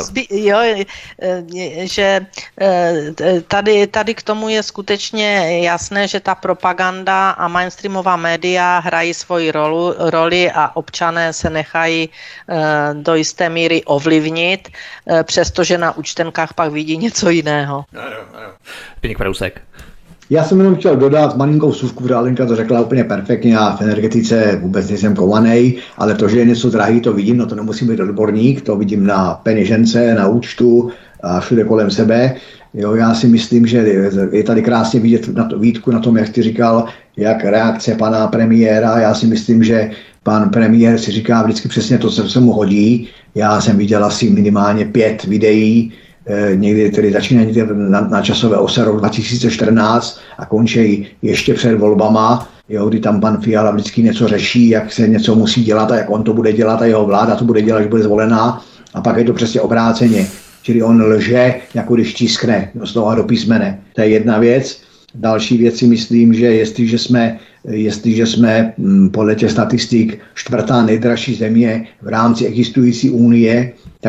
že tady k tomu je skutečně jasné, že ta propaganda a mainstreamová média hrají svoji roli a občané se nechají do jisté míry ovlivnit, přestože na účtenkách pak vidí něco jiného. Ano. Zbyněk Prousek. Já jsem jenom chtěl dodat malinkou vsuvku, protože Alenka to řekla úplně perfektně, já v energetice vůbec nejsem kovaný, ale to, že je něco drahý, to vidím, no to nemusím být odborník, to vidím na peněžence, na účtu a všude kolem sebe. Jo, já si myslím, že je tady krásně vidět Vítku na tom, jak ty říkal, jak reakce pana premiéra. Já si myslím, že pan premiér si říká vždycky přesně to, co se mu hodí. Já jsem viděl asi minimálně 5 videí, někdy tedy začínají na časové ose rok 2014 a končí ještě před volbama, jo, kdy tam pan Fiala vždycky něco řeší, jak se něco musí dělat a jak on to bude dělat a jeho vláda to bude dělat, když bude zvolená, a pak je to přesně obráceně. Čili on lže, jako když tiskne do slova do písmene. To je jedna věc. Další věc si myslím, že jestliže jsme podle těch statistik 4. nejdražší země v rámci existující unie, tak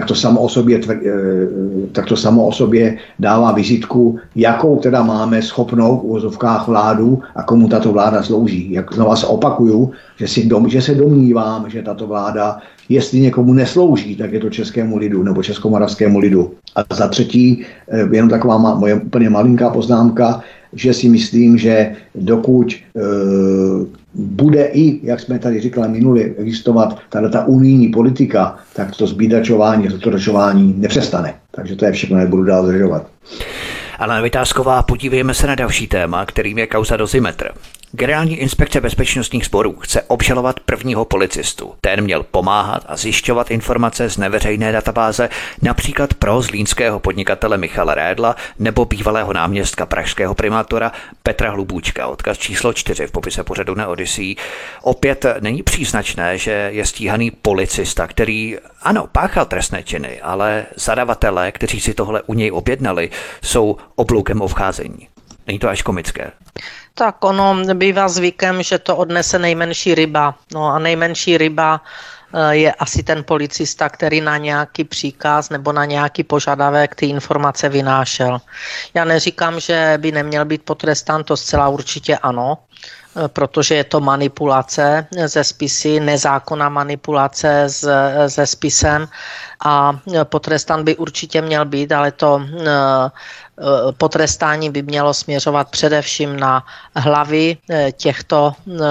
to samo o sobě dává vizitku, jakou teda máme schopnou v uvozovkách vládu a komu tato vláda slouží. Jak znova se opakuju, že se domnívám, že tato vláda, jestli někomu neslouží, tak je to českému lidu nebo českomoravskému lidu. A za třetí, jenom taková moje úplně malinká poznámka, že si myslím, že dokud bude i, jak jsme tady říkali minule, existovat ta unijní politika, tak to zbídačování, zotročování nepřestane. Takže to je všechno, nebudu dál zdržovat. Alena Vytázková, podívejme se na další téma, kterým je kauza Dozimetr. Generální inspekce bezpečnostních sborů chce obžalovat prvního policistu. Ten měl pomáhat a zjišťovat informace z neveřejné databáze, například pro zlínského podnikatele Michala Redla nebo bývalého náměstka pražského primátora Petra Hlubůčka. Odkaz číslo 4 v popise pořadu na Odyssey. Opět není příznačné, že je stíhaný policista, který, ano, páchal trestné činy, ale zadavatelé, kteří si tohle u něj objednali, jsou obloukem o vcházení. Není to až komické? Tak ono bývá zvykem, že to odnese nejmenší ryba. No a nejmenší ryba je asi ten policista, který na nějaký příkaz nebo na nějaký požadavek ty informace vynášel. Já neříkám, že by neměl být potrestán, to zcela určitě ano, protože je to manipulace ze spisy, nezákonná manipulace se spisem a potrestán by určitě měl být, ale to potrestání by mělo směřovat především na hlavy těchto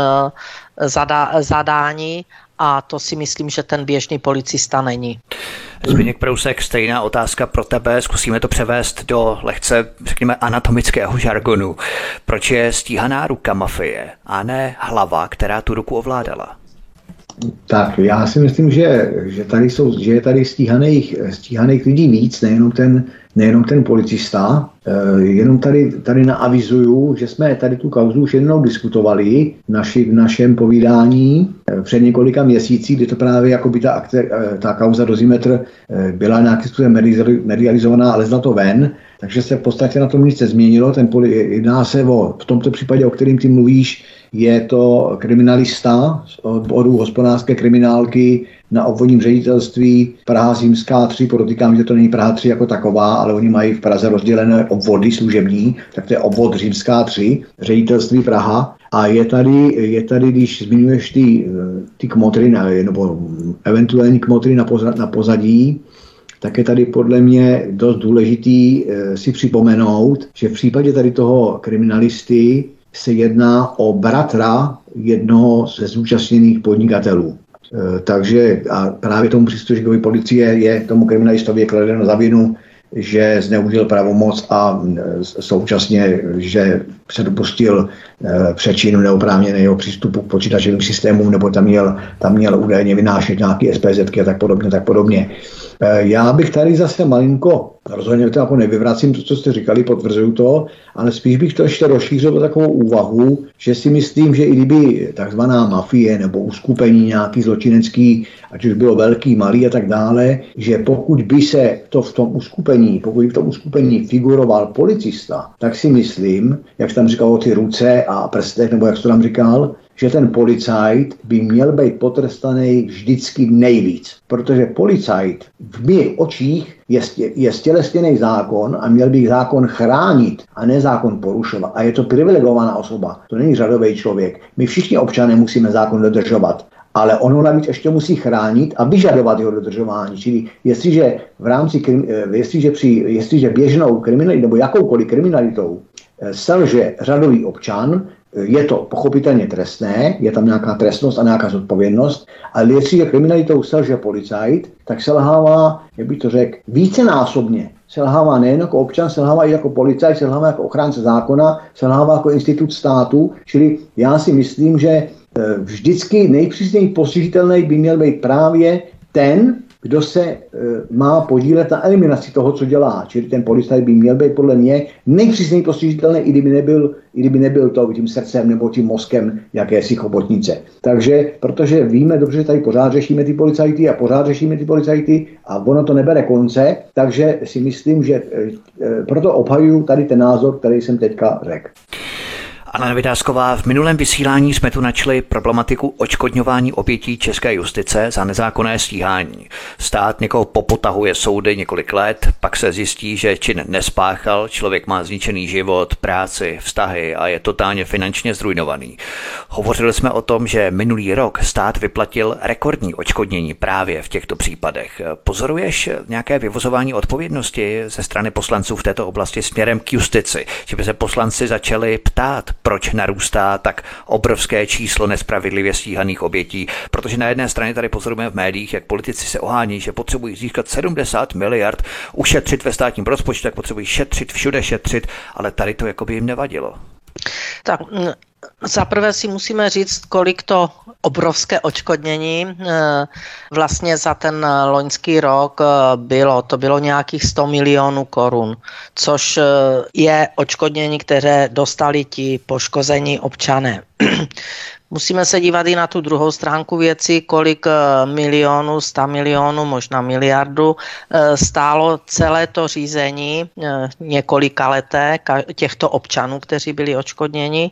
zadání a to si myslím, že ten běžný policista není. Zbyněk Prousek, stejná otázka pro tebe, zkusíme to převést do lehce, řekněme, anatomického žargonu. Proč je stíhaná ruka mafie a ne hlava, která tu ruku ovládala? Tak já si myslím, že je tady stíhaných lidí víc, nejenom ten policista. Jenom tady naavizuju, že jsme tady tu kauzu už jednou diskutovali v našem povídání před několika měsíci, kdy to právě jako by ta kauza Dozimetr byla nějakým způsobem medializovaná, ale zla to ven. Takže se v podstatě na tom nic nezměnilo. Jedná se v tomto případě, o kterým ty mluvíš, je to kriminalista z odboru hospodářské kriminálky na obvodním ředitelství Praha Zimská 3, podotýkám, že to není Praha 3 jako taková, ale oni mají v Praze rozdělené obvody služební, tak to je obvod Římská 3, ředitelství Praha. A je tady, když zmiňuješ ty kmotry, nebo eventuální kmotry na pozadí, tak je tady podle mě dost důležitý si připomenout, že v případě tady toho kriminalisty se jedná o bratra jednoho ze zúčastněných podnikatelů. Takže a právě tomu příslušníkovi policie je tomu kriminalistovi kladeno za vinu, že zneužil pravomoc a současně, že se dopustil přečinu neoprávněného přístupu k počítačovým systémům, nebo tam měl údajně vynášet nějaké SPZky a tak podobně. Já bych tady zase malinko, rozhodně to jako nevyvracím to, co jste říkali, potvrzuju to, ale spíš bych to ještě rozšířil takovou úvahu, že si myslím, že i kdyby takzvaná mafie nebo uskupení nějaký zločinecký, ať už bylo velký, malý a tak dále, že pokud by se to v tom uskupení figuroval policista, tak si myslím, jak jsi tam říkal o ty ruce a prstech, nebo jak jsi to tam říkal, že ten policajt by měl být potrestaný vždycky nejvíc. Protože policajt v mých očích je stělesněný zákon a měl by zákon chránit a ne zákon porušovat. A je to privilegovaná osoba, to není řadový člověk. My všichni občané musíme zákon dodržovat, ale on ho navíc ještě musí chránit a vyžadovat jeho dodržování. Čili jestliže běžnou kriminalitou nebo jakoukoliv kriminalitou selže řadový občan, je to pochopitelně trestné, je tam nějaká trestnost a nějaká zodpovědnost, ale jestliže kriminalitou selže policajt, tak selhává, jak bych to řekl, vícenásobně. Selhává nejen jako občan, selhává i jako policajt, selhává jako ochránce zákona, selhává jako institut státu, čili já si myslím, že vždycky nejpřísněji postižitelný by měl být právě ten, kdo se má podílet na eliminaci toho, co dělá. Čili ten policajt by měl být podle mě nejpřísněji postižitelný, i kdyby nebyl to tím srdcem nebo tím mozkem jakési chobotnice. Takže, protože víme dobře, že tady pořád řešíme ty policajty a ono to nebere konce, takže si myslím, že proto obhajuju tady ten názor, který jsem teďka řekl. Alena Vitásková, v minulém vysílání jsme tu načli problematiku odškodňování obětí české justice za nezákonné stíhání. Stát někoho popotahuje soudy několik let, pak se zjistí, že čin nespáchal, člověk má zničený život, práci, vztahy a je totálně finančně zrujnovaný. Hovořili jsme o tom, že minulý rok stát vyplatil rekordní odškodnění právě v těchto případech. Pozoruješ nějaké vyvozování odpovědnosti ze strany poslanců v této oblasti směrem k justici, že by se poslanci začali ptát, proč narůstá tak obrovské číslo nespravedlivě stíhaných obětí, protože na jedné straně tady pozorujeme v médiích, jak politici se ohání, že potřebují získat 70 miliard, ušetřit ve státním rozpočtu, tak potřebují šetřit, všude šetřit, ale tady to jako by jim nevadilo. Tak zaprvé si musíme říct, kolik to obrovské odškodnění vlastně za ten loňský rok bylo. To bylo nějakých 100 milionů korun, což je odškodnění, které dostali ti poškození občané. Musíme se dívat i na tu druhou stránku věci, kolik milionů, 100 milionů, možná miliardu stálo celé to řízení několika leté těchto občanů, kteří byli odškodněni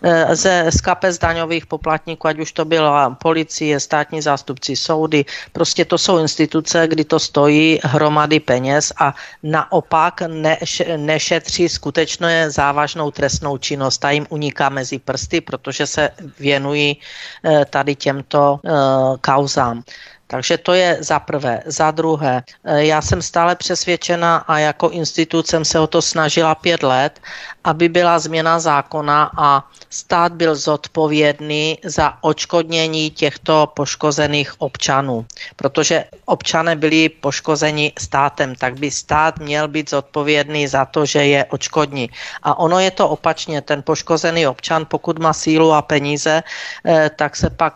z kapes daňových poplatníků, ať už to byla policie, státní zástupci, soudy. Prostě to jsou instituce, kdy to stojí hromady peněz a naopak nešetří skutečně závažnou trestnou činnost. Ta jim uniká mezi prsty, protože se věnují tady těmto kauzám. Takže to je za prvé. Za druhé, já jsem stále přesvědčena a jako institut jsem se o to snažila 5 let, aby byla změna zákona a stát byl zodpovědný za odškodnění těchto poškozených občanů. Protože občané byli poškozeni státem, tak by stát měl být zodpovědný za to, že je odškodní. A ono je to opačně. Ten poškozený občan, pokud má sílu a peníze, tak se pak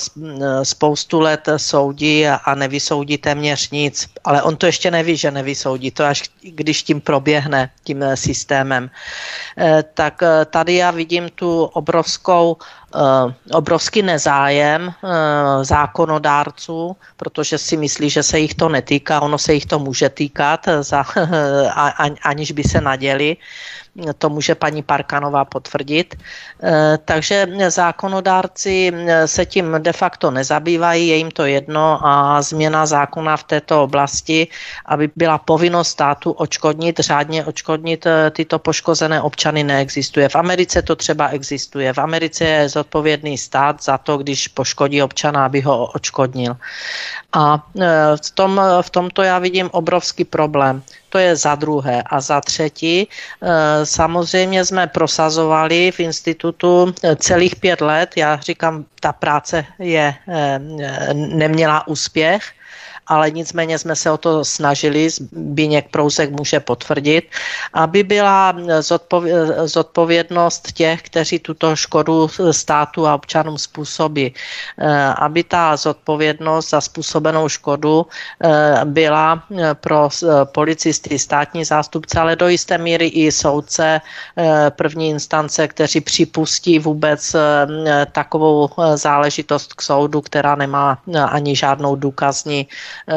spoustu let soudí a nevysoudí téměř nic. Ale on to ještě neví, že nevysoudí. To až když tím proběhne, tím systémem. Tak tady já vidím tu obrovskou obrovský nezájem zákonodárců, protože si myslí, že se jich to netýká, ono se jich to může týkat, aniž by se naděli. To může paní Parkanová potvrdit. Takže zákonodárci se tím de facto nezabývají, je jim to jedno a změna zákona v této oblasti, aby byla povinnost státu řádně odškodnit tyto poškozené občany, neexistuje. V Americe to třeba existuje. V Americe je zodpovědný stát za to, když poškodí občana, aby ho odškodnil. A v tomto já vidím obrovský problém. To je za druhé. A za třetí, samozřejmě jsme prosazovali v institutu celých 5 let. Já říkám, ta práce neměla úspěch, ale nicméně jsme se o to snažili, Zbyněk Prousek může potvrdit, aby byla zodpovědnost těch, kteří tuto škodu státu a občanům způsobí. Aby ta zodpovědnost za způsobenou škodu byla pro policisty, státní zástupce, ale do jisté míry i soudce první instance, kteří připustí vůbec takovou záležitost k soudu, která nemá ani žádnou důkazní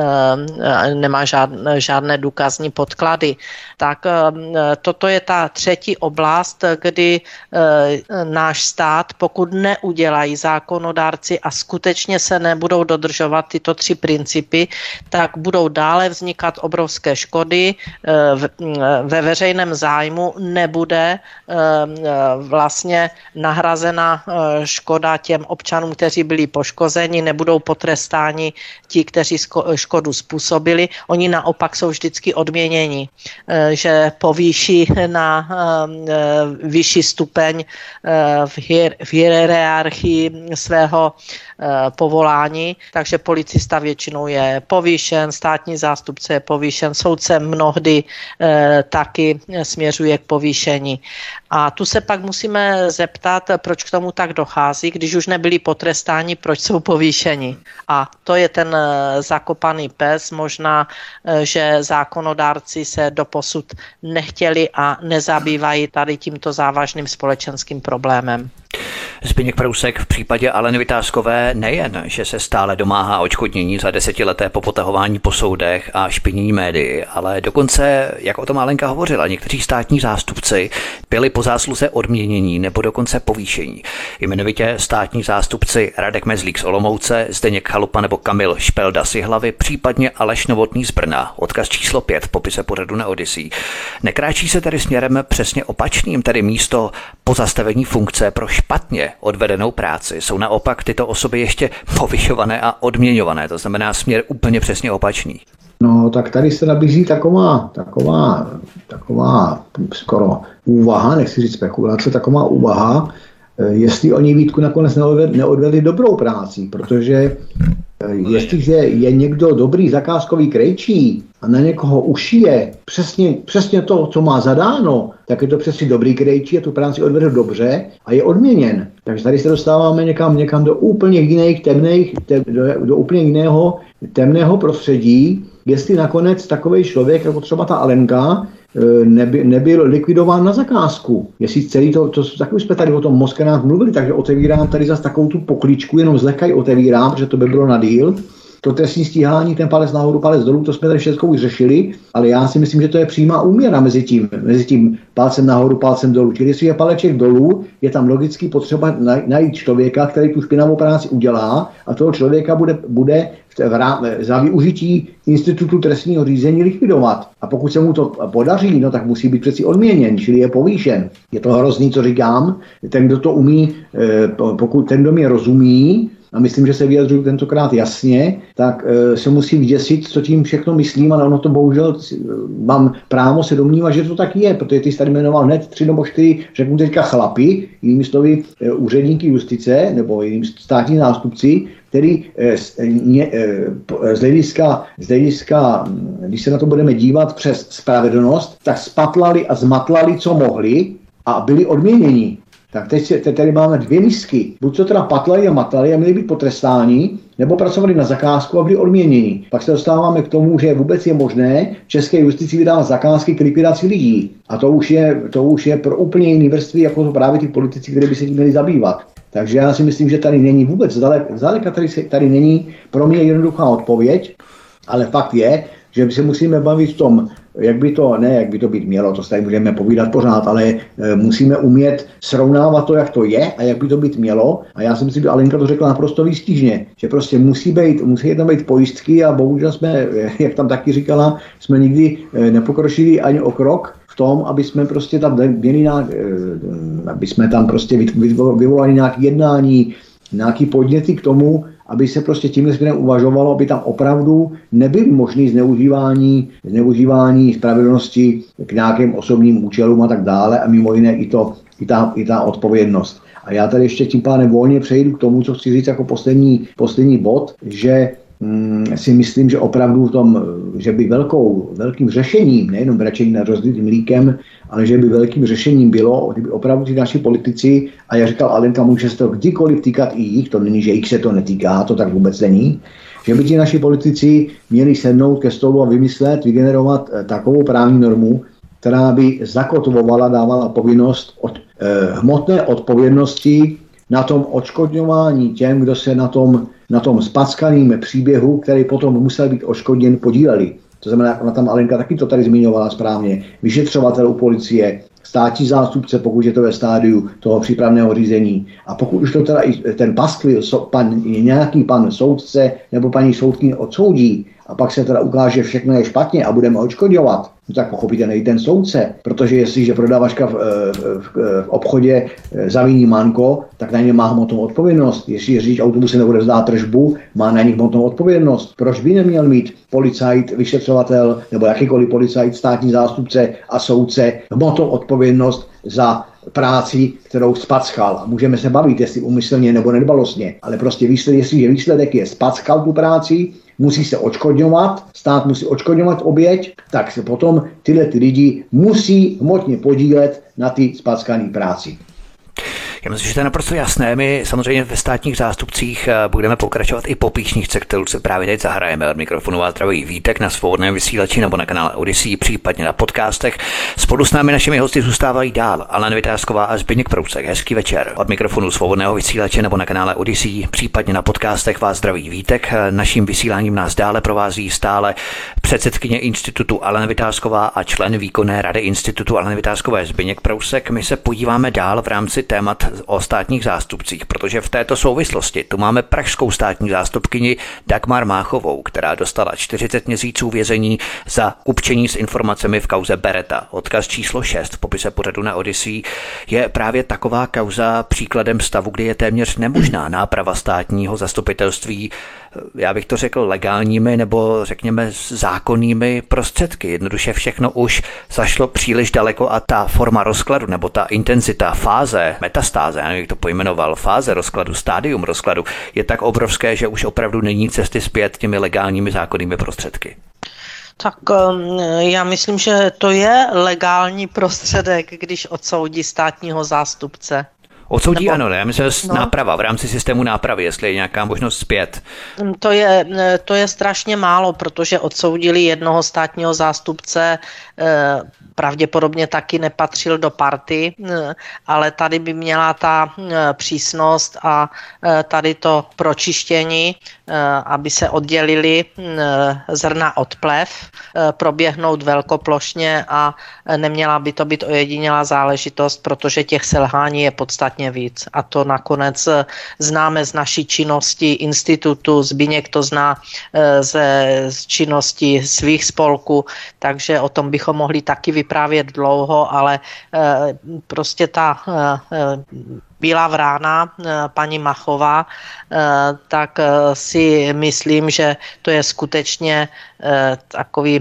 nemá žádné důkazní podklady. Tak toto je ta třetí oblast, kdy náš stát, pokud neudělají zákonodárci a skutečně se nebudou dodržovat tyto 3 principy, tak budou dále vznikat obrovské škody. Ve veřejném zájmu nebude vlastně nahrazena škoda těm občanům, kteří byli poškozeni, nebudou potrestáni ti, kteří škodu způsobili. Oni naopak jsou vždycky odměněni, že povýší na vyšší stupeň v hierarchii svého povolání, takže policista většinou je povýšen, státní zástupce je povýšen, soudce mnohdy taky směřuje k povýšení. A tu se pak musíme zeptat, proč k tomu tak dochází, když už nebyli potrestáni, proč jsou povýšeni. A to je ten zakopaný pes, možná, že zákonodárci se doposud nechtěli a nezabývají tady tímto závažným společenským problémem. Zbyněk Prousek v případě Aleny Vitáskové nejen, že se stále domáhá odškodnění za 10leté popotahování po soudech a špinění médií, ale dokonce, jak o tom Alenka hovořila, někteří státní zástupci byli po zásluze odměnění nebo dokonce povýšení. Jmenovitě státní zástupci Radek Mezlík z Olomouce, Zdeněk Chalupa nebo Kamil Špelda z Jihlavy, případně Aleš Novotný z Brna. Odkaz číslo 5 v popise pořadu na Odyssey. Nekráčí se tedy směrem přesně opačným, tedy místo pozastavení funkce pro špatně odvedenou práci jsou naopak tyto osoby ještě povyšované a odměňované, to znamená směr úplně přesně opačný. No, tak tady se nabízí taková skoro úvaha, nechci říct spekulace, taková úvaha, jestli oni Vítku nakonec neodvedli dobrou práci, protože jestliže je někdo dobrý zakázkový krejčí a na někoho ušije přesně to, co má zadáno, tak je to přesně dobrý krejčí a tu práci odvedl dobře a je odměněn. Takže tady se dostáváme někam do úplně jiných do úplně jiného temného prostředí, jestli nakonec takovej člověk, jako třeba ta Alenka, nebyl likvidován na zakázku. Jestli celý to takový jsme tady o tom Moskenách mluvili, takže otevírám tady zase takovou tu pokličku, jenom zlehkaj otevírám, protože to by bylo na díl. To trestní stíhání, ten palec nahoru, palec dolů, to jsme tady všechno už řešili, ale já si myslím, že to je přímá úměra mezi tím palcem nahoru, palcem dolů. Čili jestli je paleček dolů, je tam logicky potřeba najít člověka, který tu špinavou práci udělá a toho člověka bude za využití institutu trestního řízení likvidovat. A pokud se mu to podaří, no tak musí být přeci odměněn, čili je povýšen. Je to hrozný, co říkám. Ten, kdo to umí, pokud ten, kdo mě rozumí, a myslím, že se vyjadřuju tentokrát jasně, tak se musím vyděsit, co tím všechno myslím, ale ono to bohužel mám právo se domnívat, že to tak je, protože ty jsi tady jmenoval hned 3 nebo 4, řeknu teďka chlapi, jinými slovy úředníky justice nebo jinými státní zástupci, který z hlediska, když se na to budeme dívat přes spravedlnost, tak spatlali a zmatlali, co mohli a byli odměněni. Tak teď tady máme 2 misky. Buď to teda patlali a matlali a měli být potrestáni, nebo pracovali na zakázku a byli odměněni. Pak se dostáváme k tomu, že vůbec je možné české justici vydávat zakázky k likvidaci lidí. A to už je pro úplně jiný vrstvy, jako to právě ty politici, kteří by se tím měli zabývat. Takže já si myslím, že tady není vůbec, zdaleka tady není pro mě jednoduchá odpověď, ale fakt je, že se musíme bavit v tom, jak by to být mělo, to se tady budeme povídat pořád, ale musíme umět srovnávat to, jak to je a jak by to být mělo. A já si myslím, že Alenka to řekla naprosto výstižně, že prostě musí tam být pojistky a bohužel jsme, jak tam taky říkala, jsme nikdy nepokročili ani o krok v tom, aby jsme prostě tam měli aby jsme tam prostě vyvolali nějaké jednání, nějaký podněty k tomu, aby se prostě tímhle směrem uvažovalo, aby tam opravdu nebyly možné zneužívání spravedlnosti k nějakým osobním účelům a tak dále a mimo jiné i ta odpovědnost. A já tady ještě tím pádem volně přejdu k tomu, co chci říct jako poslední bod, že si myslím, že opravdu v tom, že by velkým řešením, nejenom brečení nad rozlitým mlíkem, ale že by velkým řešením bylo, kdyby opravdu ti naši politici, a jak říkal Alenka, může se to kdykoliv týkat i jich, to není, že jich se to netýká, to tak vůbec není, že by ti naši politici měli sednout ke stolu a vygenerovat takovou právní normu, která by zakotvovala, dávala povinnost hmotné odpovědnosti na tom odškodňování těm, kdo se na tom spackaným příběhu, který potom musel být odškodněn, podíleli. To znamená, ona tam Alenka taky to tady zmiňovala správně, vyšetřovatel u policie, státní zástupce, pokud je to ve stádiu toho přípravného řízení. A pokud už to teda i ten paskvil, nějaký pan soudce nebo paní soudkyně odsoudí, a pak se teda ukáže, že všechno je špatně a budeme odškodňovat, no tak pochopitelně i ten soudce, protože jestliže prodavačka v obchodě zaviní manko, tak na ně má hmotnou odpovědnost. Jestli řidič autobuse nebude vzdát tržbu, má na nich hmotnou odpovědnost. Proč by neměl mít policajt, vyšetřovatel nebo jakýkoliv policajt, státní zástupce a soudce hmotnou odpovědnost za práci, kterou spackal. Můžeme se bavit, jestli úmyslně nebo nedbalostně, ale prostě jestliže výsledek je spackal tu práci, musí se odškodňovat, stát musí odškodňovat oběť, tak se potom tyhle lidi musí hmotně podílet na ty spackané práci. Já myslím, že to je naprosto jasné. My samozřejmě ve státních zástupcích budeme pokračovat i po písničce, kterou se právě teď zahrajeme. Od mikrofonu vás zdraví Vítek na Svobodném vysílači nebo na kanále Odyssey, případně na podcastech. Spolu s námi našimi hosty zůstávají dál Alena Vytázková a Zbyněk Proucek. Hezký večer. Od mikrofonu Svobodného vysílače nebo na kanále Odyssey, případně na podcastech vás zdraví Vítek. Naším vysíláním nás dále provází stále předsedkyně institutu Alena Vytázková a člen výkonné rady institutu Aleny Vytázkové Zbyněk Proucek. My se podíváme dál v rámci témat o státních zástupcích, protože v této souvislosti tu máme pražskou státní zástupkyni Dagmar Máchovou, která dostala 40 měsíců vězení za kupčení s informacemi v kauze Beretta. Odkaz číslo 6 v popise pořadu na Odyssey je právě taková kauza příkladem stavu, kdy je téměř nemožná náprava státního zastupitelství, já bych to řekl legálními nebo řekněme zákonnými prostředky. Jednoduše všechno už zašlo příliš daleko a ta forma rozkladu nebo ta intenzita, fáze, metastáze, já nevím, jak to pojmenoval, fáze rozkladu, stádium rozkladu je tak obrovské, že už opravdu není cesty zpět těmi legálními zákonnými prostředky. Tak já myslím, že to je legální prostředek, když odsoudí státního zástupce. Odsoudí nebo, ano, ne? Myslím, že náprava, v rámci systému nápravy, jestli je nějaká možnost zpět. To je strašně málo, protože odsoudili jednoho státního zástupce, pravděpodobně taky nepatřil do party, ale tady by měla ta přísnost a tady to pročištění, aby se oddělili zrna od plev, proběhnout velkoplošně a neměla by to být ojedinělá záležitost, protože těch selhání je podstatně víc. A to nakonec známe z naší činnosti institutu, Zbyněk to zná z činnosti svých spolků, takže o tom bychom mohli taky vyprávět dlouho, ale prostě ta Bílá vrána, paní Machová, tak si myslím, že to je skutečně takový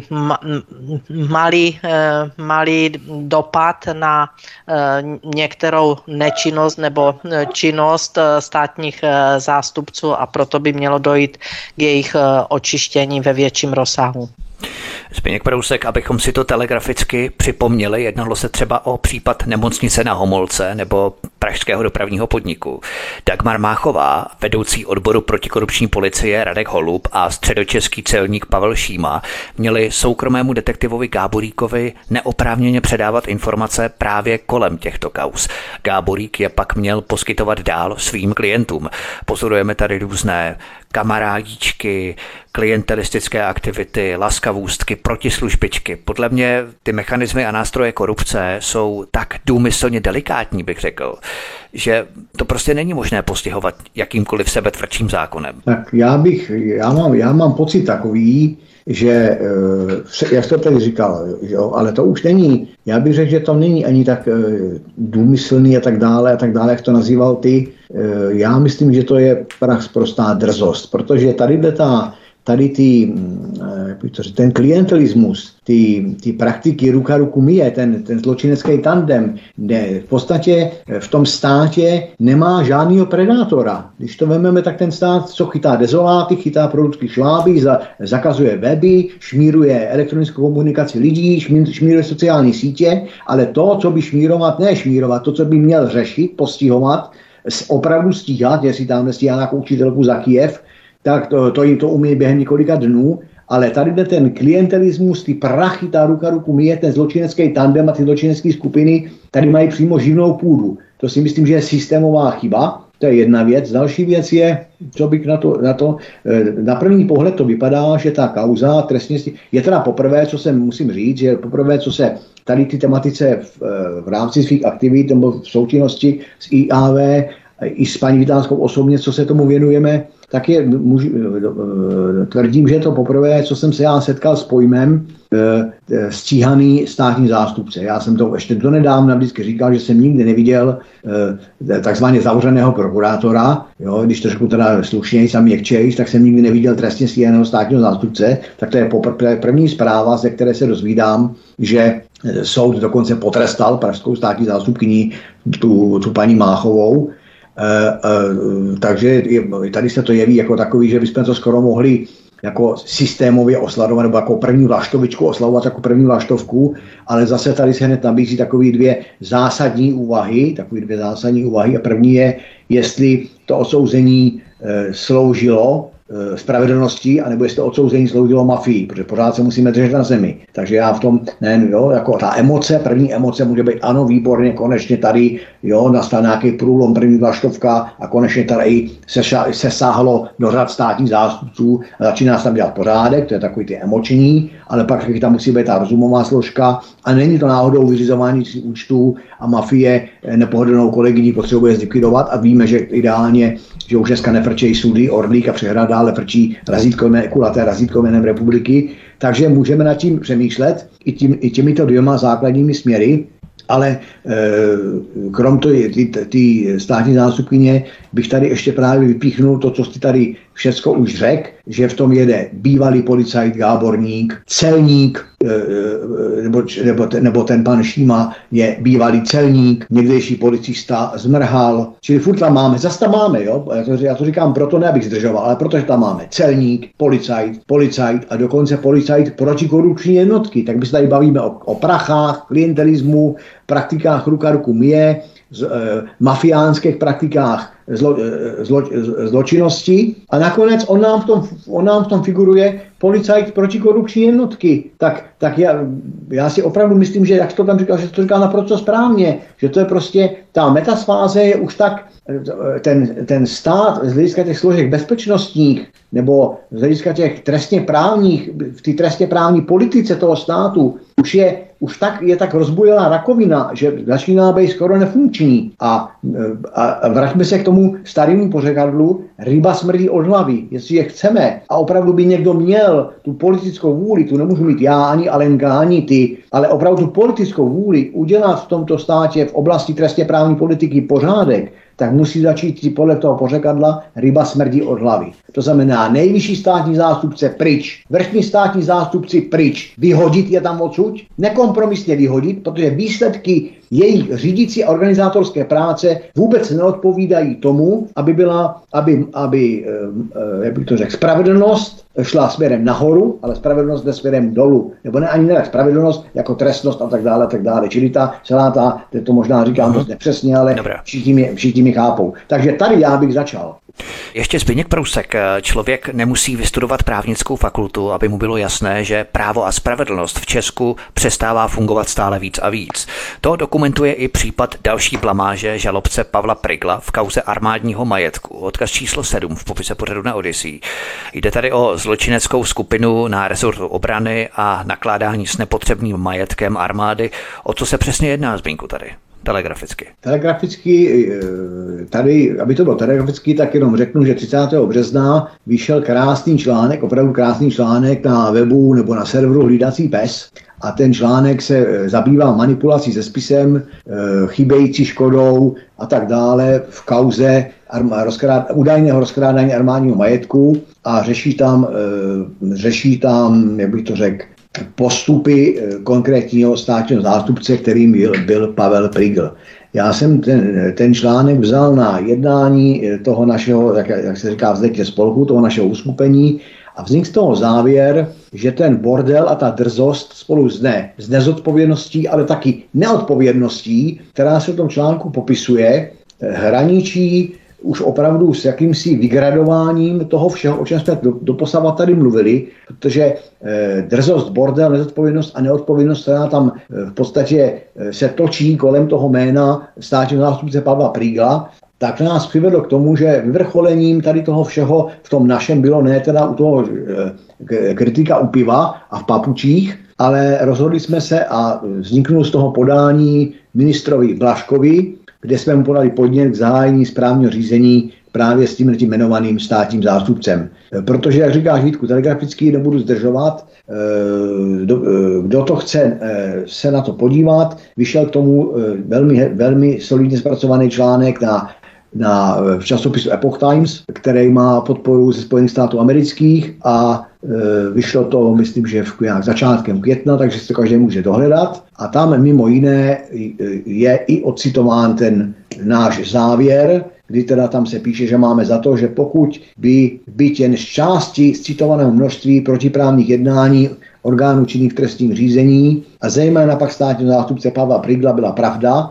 malý dopad na některou nečinnost nebo činnost státních zástupců a proto by mělo dojít k jejich očištění ve větším rozsahu. Zbyněk Proucek, abychom si to telegraficky připomněli, jednalo se třeba o případ nemocnice na Homolce nebo pražského dopravního podniku. Dagmar Máchová, vedoucí odboru protikorupční policie Radek Holub a středočeský celník Pavel Šíma měli soukromému detektivovi Gáboríkovi neoprávněně předávat informace právě kolem těchto kauz. Gáborík je pak měl poskytovat dál svým klientům. Pozorujeme tady různé kamarádíčky, klientelistické aktivity, laskavůstky, protislužbičky. Podle mě ty mechanismy a nástroje korupce jsou tak důmyslně delikátní, bych řekl, že to prostě není možné postihovat jakýmkoliv sebetvrdším zákonem. Tak já mám pocit takový, že, jak jste tady říkal, jo, ale to už není, já bych řekl, že to není ani tak důmyslný a tak dále, jak to nazýval ty. Já myslím, že to je prostá drzost, protože ten klientelismus, ty praktiky ruka ruku myje, ten zločinecký tandem, kde v podstatě v tom státě nemá žádného predátora. Když to vezmeme, tak ten stát, co chytá dezoláty, chytá produktky šváby, zakazuje weby, šmíruje elektronickou komunikaci lidí, šmíruje sociální sítě, ale to, co by to, co by měl řešit, postihovat, opravdu stíhat, jestli tam stíhá nějakou učitelku za Kyjev, tak to jim to umí během několika dnů, ale tady jde ten klientelismus, ty prachy, ta ruka ruku myje, ten zločinecký tandem a ty zločinecké skupiny tady mají přímo živnou půdu. To si myslím, že je systémová chyba, to je jedna věc. Další věc je, co bych na první pohled to vypadá, že ta kauza trestně je teda poprvé, co se musím říct, že poprvé, co se tady ty tematice v rámci svých aktivit nebo v součinnosti s IAV i s paní Vitánskou osobně, co se tomu věnujeme, tak tvrdím, že je to poprvé, co jsem se já setkal s pojmem stíhaný státní zástupce. Já jsem to ještě donedávna vždycky říkal, že jsem nikdy neviděl takzvaně zavřeného prokurátora, jo, když to řeknu teda slušněji, sami měkčejš, tak jsem nikdy neviděl trestně stíhaného státního zástupce, tak to je první zpráva, ze které se dozvídám, že soud dokonce potrestal pražskou státní zástupkyni tu paní Máchovou. Takže tady se to jeví jako takový, že bychom to skoro mohli jako systémově oslavovat, nebo jako první vlaštovičku oslavovat jako první vlaštovku, ale zase tady se hned nabízí takové dvě zásadní úvahy a první je, jestli to odsouzení sloužilo spravedlností, anebo jestli to odsouzení sloužilo mafii, protože pořád se musíme držet na zemi. Takže já v tom, jako ta emoce, první emoce může být ano, výborně, konečně tady, nastal nějaký průlom, první vlaštovka a konečně tady se sáhlo do řad státních zástupců a začíná se tam dělat pořádek, to je takový ty emoční, ale pak tam musí být ta rozumová složka a není to náhodou vyřizování účtů a mafie nepohodlnou kolegyní potřebuje zlikvidovat a víme, že ideálně, že už dneska nefrčejí Sudy, Orlík a Přehrada, ale frčí kulaté razítko jménem republiky, takže můžeme nad tím přemýšlet i těmito dvěma základními směry, ale krom ty státní zástupkyně bych tady ještě právě vypíchnul to, co jsi tady všecko už řekl, že v tom jede bývalý policajt Gáborník, celník, nebo ten pan Šíma je bývalý celník, někdejší policista Zmrhal, čili furt tam máme, zase tam máme, jo? Já to říkám proto, ne abych zdržoval, ale protože tam máme celník, policajt a dokonce policajt protikorupční jednotky, tak my se tady bavíme o prachách, klientelismu, praktikách ruka ruku myje, mafiánských praktikách zločinnosti a nakonec on nám v tom figuruje policajt protikorupční jednotky. Tak já si opravdu myslím, že jak to tam říkal, že to říkal naprosto správně, že to je prostě ta metasfáze je už tak ten stát z hlediska těch složek bezpečnostních nebo z hlediska těch trestně právních, v té trestně právní politice toho státu už je tak rozbujelá rakovina, že začíná být skoro nefunkční. A vraťme se k tomu starému pořekadlu, ryba smrdí od hlavy. Jestli je chceme a opravdu by někdo měl tu politickou vůli, tu nemůžu mít já, ani Alenka, ani ty, ale opravdu tu politickou vůli udělat v tomto státě v oblasti trestně právní politiky pořádek, tak musí začít podle toho pořekadla ryba smrdí od hlavy. To znamená nejvyšší státní zástupce pryč, vrchní státní zástupci pryč, vyhodit je tam odsud, nekompromisně vyhodit, protože výsledky jejich řídící a organizátorské práce vůbec neodpovídají tomu, aby spravedlnost šla směrem nahoru, ale spravedlnost jde směrem dolů. Nebo ne, ani ne spravedlnost jako trestnost a tak dále. Čili to možná říkám dost nepřesně, ale všichni mi chápou. Takže tady já bych začal. Ještě Zbyněk Prousek. Člověk nemusí vystudovat právnickou fakultu, aby mu bylo jasné, že právo a spravedlnost v Česku přestává fungovat stále víc a víc. To dokumentuje i případ další blamáže žalobce Pavla Prygla v kauze armádního majetku. Odkaz číslo 7 v popise pořadu na Odyssey. Jde tady o zločineckou skupinu na rezortu obrany a nakládání s nepotřebným majetkem armády. O co se přesně jedná, Zbyňku, tady? Telegraficky. Telegraficky, tady, aby to bylo telegraficky, tak jenom řeknu, že 30. března vyšel krásný článek, opravdu krásný článek na webu nebo na serveru Hlídací pes. A ten článek se zabývá manipulací se spisem, chybějící škodou a tak dále v kauze údajného rozkrádání armádního majetku a řeší tam, jak bych to řekl, postupy konkrétního státního zástupce, kterým byl Pavel Prygl. Já jsem ten článek vzal na jednání toho našeho, jak se říká, vzdektě spolku, toho našeho uskupení a vznikl z toho závěr, že ten bordel a ta drzost spolu s nezodpovědností, ale taky neodpovědností, která se v tom článku popisuje, hraničí už opravdu s jakýmsi vygradováním toho všeho, o čem jsme doposavat tady mluvili, protože drzost, bordel, nezodpovědnost a neodpovědnost, která tam v podstatě se točí kolem toho jména státního zástupce Pavla Prygla, tak nás přivedlo k tomu, že vyvrcholením tady toho všeho v tom našem bylo ne teda u toho kritika u piva a v papučích, ale rozhodli jsme se a vzniknul z toho podání ministrovi Blažkovi, kde jsme mu podali podnět k zahájení správního řízení právě s tím jmenovaným státním zástupcem. Protože, jak říkáš, Vítku, telegraficky nebudu zdržovat, kdo to chce se na to podívat, vyšel k tomu velmi solidně zpracovaný článek v časopisu Epoch Times, který má podporu ze Spojených států amerických a vyšlo to, myslím, že začátkem května, takže si to každý může dohledat. A tam mimo jiné je i odcitován ten náš závěr, kdy teda tam se píše, že máme za to, že pokud by jen z části z citovaného množství protiprávních jednání orgánů činných v trestním řízení a zejména pak státního zástupce Pavla Prygla byla pravda,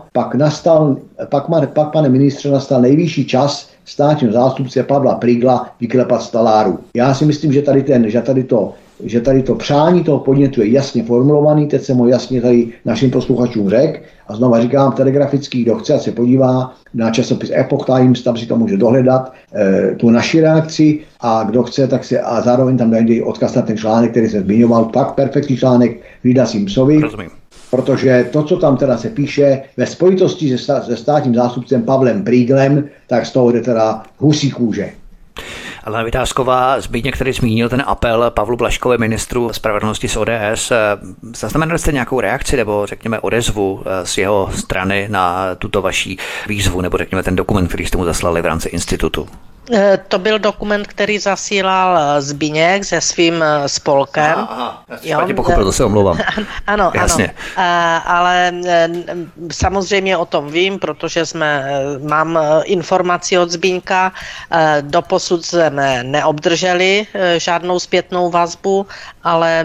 pak pane ministře, nastal nejvyšší čas státního zástupce Pavla Prygla vyklepat z taláru. Já si myslím, že tady to přání toho podnětu je jasně formulovaný, teď jsem ho jasně tady našim posluchačům řekl a znova říkám, telegrafický, kdo chce, se podívá na časopis Epoch Times, tam si to může dohledat, tu naši reakci a kdo chce, tak se a zároveň tam najde odkaz na ten článek, který jsem zmiňoval, fakt perfektní článek Hlídacím psovi. Rozumím. Protože to, co tam teda se píše ve spojitosti se státním zástupcem Pavlem Pryglem, tak z toho jde teda husí kůže. Alena Vitásková, Zbyněk, který zmínil ten apel Pavlu Blažkovi, ministru spravedlnosti z ODS. Zaznamenali jste nějakou reakci nebo řekněme odezvu z jeho strany na tuto vaší výzvu nebo řekněme ten dokument, který jste mu zaslali v rámci institutu? To byl dokument, který zasílal Zbyněk se svým spolkem. Já jsem pochopil, to se omlouvám. Ano, jasně. Ano. Ale samozřejmě o tom vím, protože mám informaci od Zbyňka. Doposud jsme neobdrželi žádnou zpětnou vazbu, ale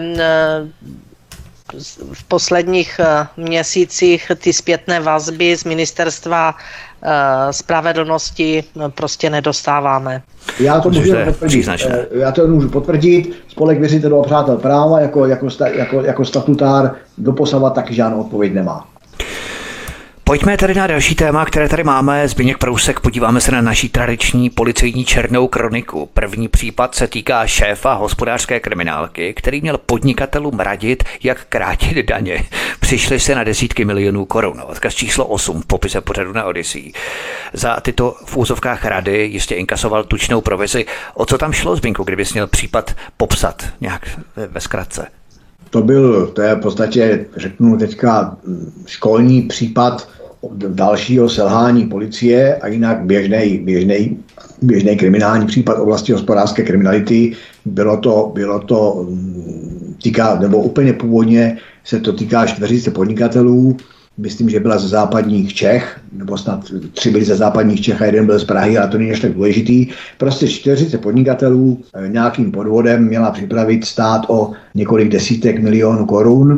v posledních měsících ty zpětné vazby z ministerstva spravedlnosti prostě nedostáváme. Já to můžu potvrdit. Spolek věřitelů a přátel práva jako statutár doposavat taky žádnou odpověď nemá. Pojďme tedy na další téma, které tady máme. Zbyněk Prousek, podíváme se na naší tradiční policejní černou kroniku. První případ se týká šéfa hospodářské kriminálky, který měl podnikatelům radit, jak krátit daně. Přišli se na desítky milionů korun. Odkaz číslo 8 v popise pořadu na Odyssey. Za tyto v úzovkách rady jistě inkasoval tučnou provizi. O co tam šlo, Zbyňku, kdybys měl případ popsat nějak ve zkratce? To je v podstatě, řeknu teďka, školní případ dalšího selhání policie a jinak běžný kriminální případ oblasti hospodářské kriminality. Bylo to nebo úplně původně se to týká 40 podnikatelů, myslím, že byla ze západních Čech, nebo snad 3 byli ze západních Čech a 1 byl z Prahy, ale to není až tak důležitý. Prostě 40 podnikatelů nějakým podvodem měla připravit stát o několik desítek milionů korun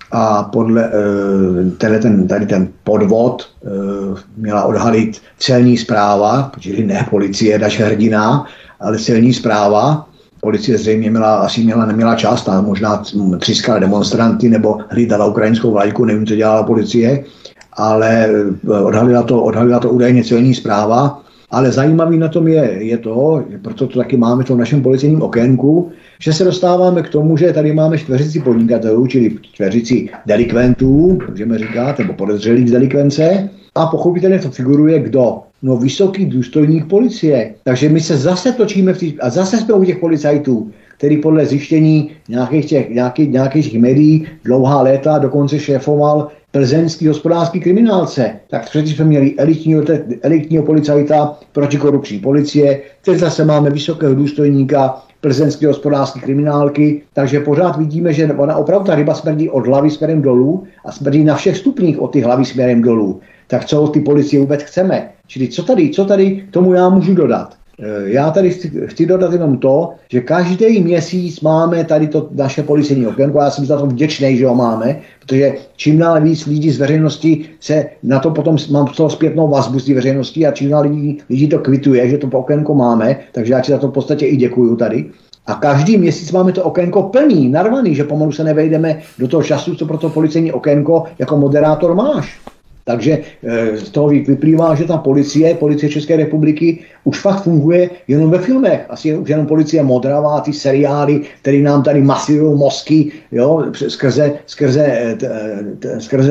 a podle tady ten podvod měla odhalit celní správa, čili ne policie, naše hrdina, ale celní správa. Policie zřejmě neměla čas, a možná třískala demonstranty nebo hlídala ukrajinskou vlajku, nevím, co dělala policie, ale odhalila to údajně celní správa. Ale zajímavý na tom je to, proto to taky máme v tom našem policejním okénku, že se dostáváme k tomu, že tady máme čtveřici podnikatelů, čili čtveřici delikventů, můžeme říkat, nebo podezřelých z delikvence, a pochopitelně to figuruje kdo? No, vysoký důstojník policie. Takže my se zase točíme a zase jsme u těch policajtů, který podle zjištění nějakých médií dlouhá léta dokonce šéfoval plzeňský hospodářský kriminálce. Tak třetí jsme měli elitního policajta protikorupční policie, teď zase máme vysokého důstojníka plzeňské hospodářské kriminálky, takže pořád vidíme, že ona opravdu ta ryba smrdí od hlavy směrem dolů a smrdí na všech stupních od ty hlavy směrem dolů. Tak co od ty policie vůbec chceme? Čili co tady tomu já můžu dodat? Já tady chci dodat jenom to, že každý měsíc máme tady to naše policejní okénko. Já jsem za to vděčný, že ho máme, protože čím dál víc lidí z veřejnosti se na to potom mám zpětnou vazbu z té veřejnosti a čím dál lidí to kvituje, že to okénko máme, takže já ti za to v podstatě i děkuju tady. A každý měsíc máme to okénko plný, narvaný, že pomalu se nevejdeme do toho času, co pro to policejní okénko jako moderátor máš. Takže z toho vyplývá, že ta policie České republiky už fakt funguje jenom ve filmech. Asi už jenom Policie Modravá, ty seriály, které nám tady masivují mozky, jo, skrze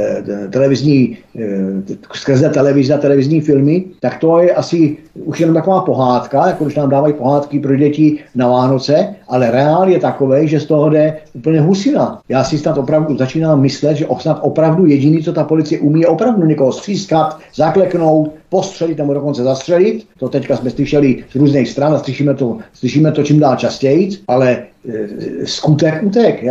televizní filmy, tak to je asi už jenom taková pohádka, jako když nám dávají pohádky pro děti na Vánoce, ale reál je takovej, že z toho jde úplně husina. Já si snad opravdu začínám myslet, že snad opravdu jediný, co ta policie umí, je opravdu někoho střískat, zakleknout, postřelit nebo dokonce zastřelit. To teďka jsme slyšeli z různých stran a slyšíme to čím dál častěji, ale skutek utek.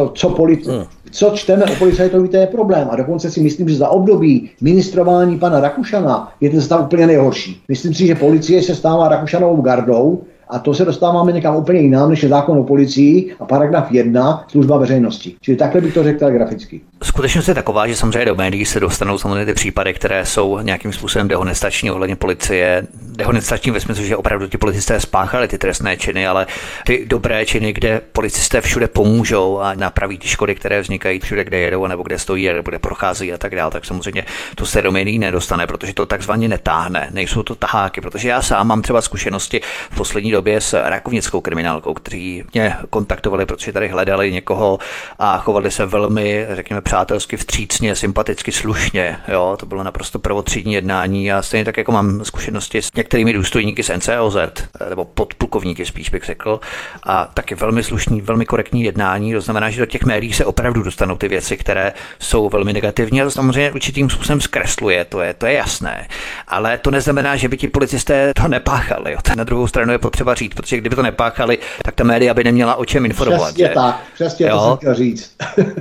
Co čteme o policajtovi, to je problém. A dokonce si myslím, že za období ministrování pana Rakušana je ten stav úplně nejhorší. Myslím si, že policie se stává Rakušanovou gardou a to se dostáváme někam úplně jinam, než je zákon o policii a paragraf 1 služba veřejnosti. Čili takhle bych to řekl telegraficky. Skutečnost je taková, že samozřejmě do médií se dostanou samozřejmě ty případy, které jsou nějakým způsobem dehonestační ohledně policie. Dehonestační ve smyslu, že opravdu ti policisté spáchali ty trestné činy, ale ty dobré činy, kde policisté všude pomůžou a napraví ty škody, které vznikají všude, kde jedou, nebo kde stojí, nebo kde procházejí a tak dále, tak samozřejmě to se do médií nedostane, protože to takzvaně netáhne. Nejsou to taháky, protože já sám mám třeba zkušenosti v poslední době s rakovnickou kriminálkou, kteří mě kontaktovali, protože tady hledali někoho a chovali se velmi, řekněme, přátelsky, vstřícně, sympaticky, slušně. Jo, to bylo naprosto prvotřídní jednání a stejně tak, jako mám zkušenosti s některými důstojníky z NCOZ, nebo podplukovníky spíš bych řekl, a taky velmi slušný, velmi korektní jednání. To znamená, že do těch médií se opravdu dostanou ty věci, které jsou velmi negativní a to samozřejmě určitým způsobem zkresluje, to je jasné. Ale to neznamená, že by ti policisté to nepáchali. Jo. Na druhou stranu je potřeba říct, protože kdyby to nepáchali, tak ta média by neměla o čem informovat. Přesně to jsem chtěl říct.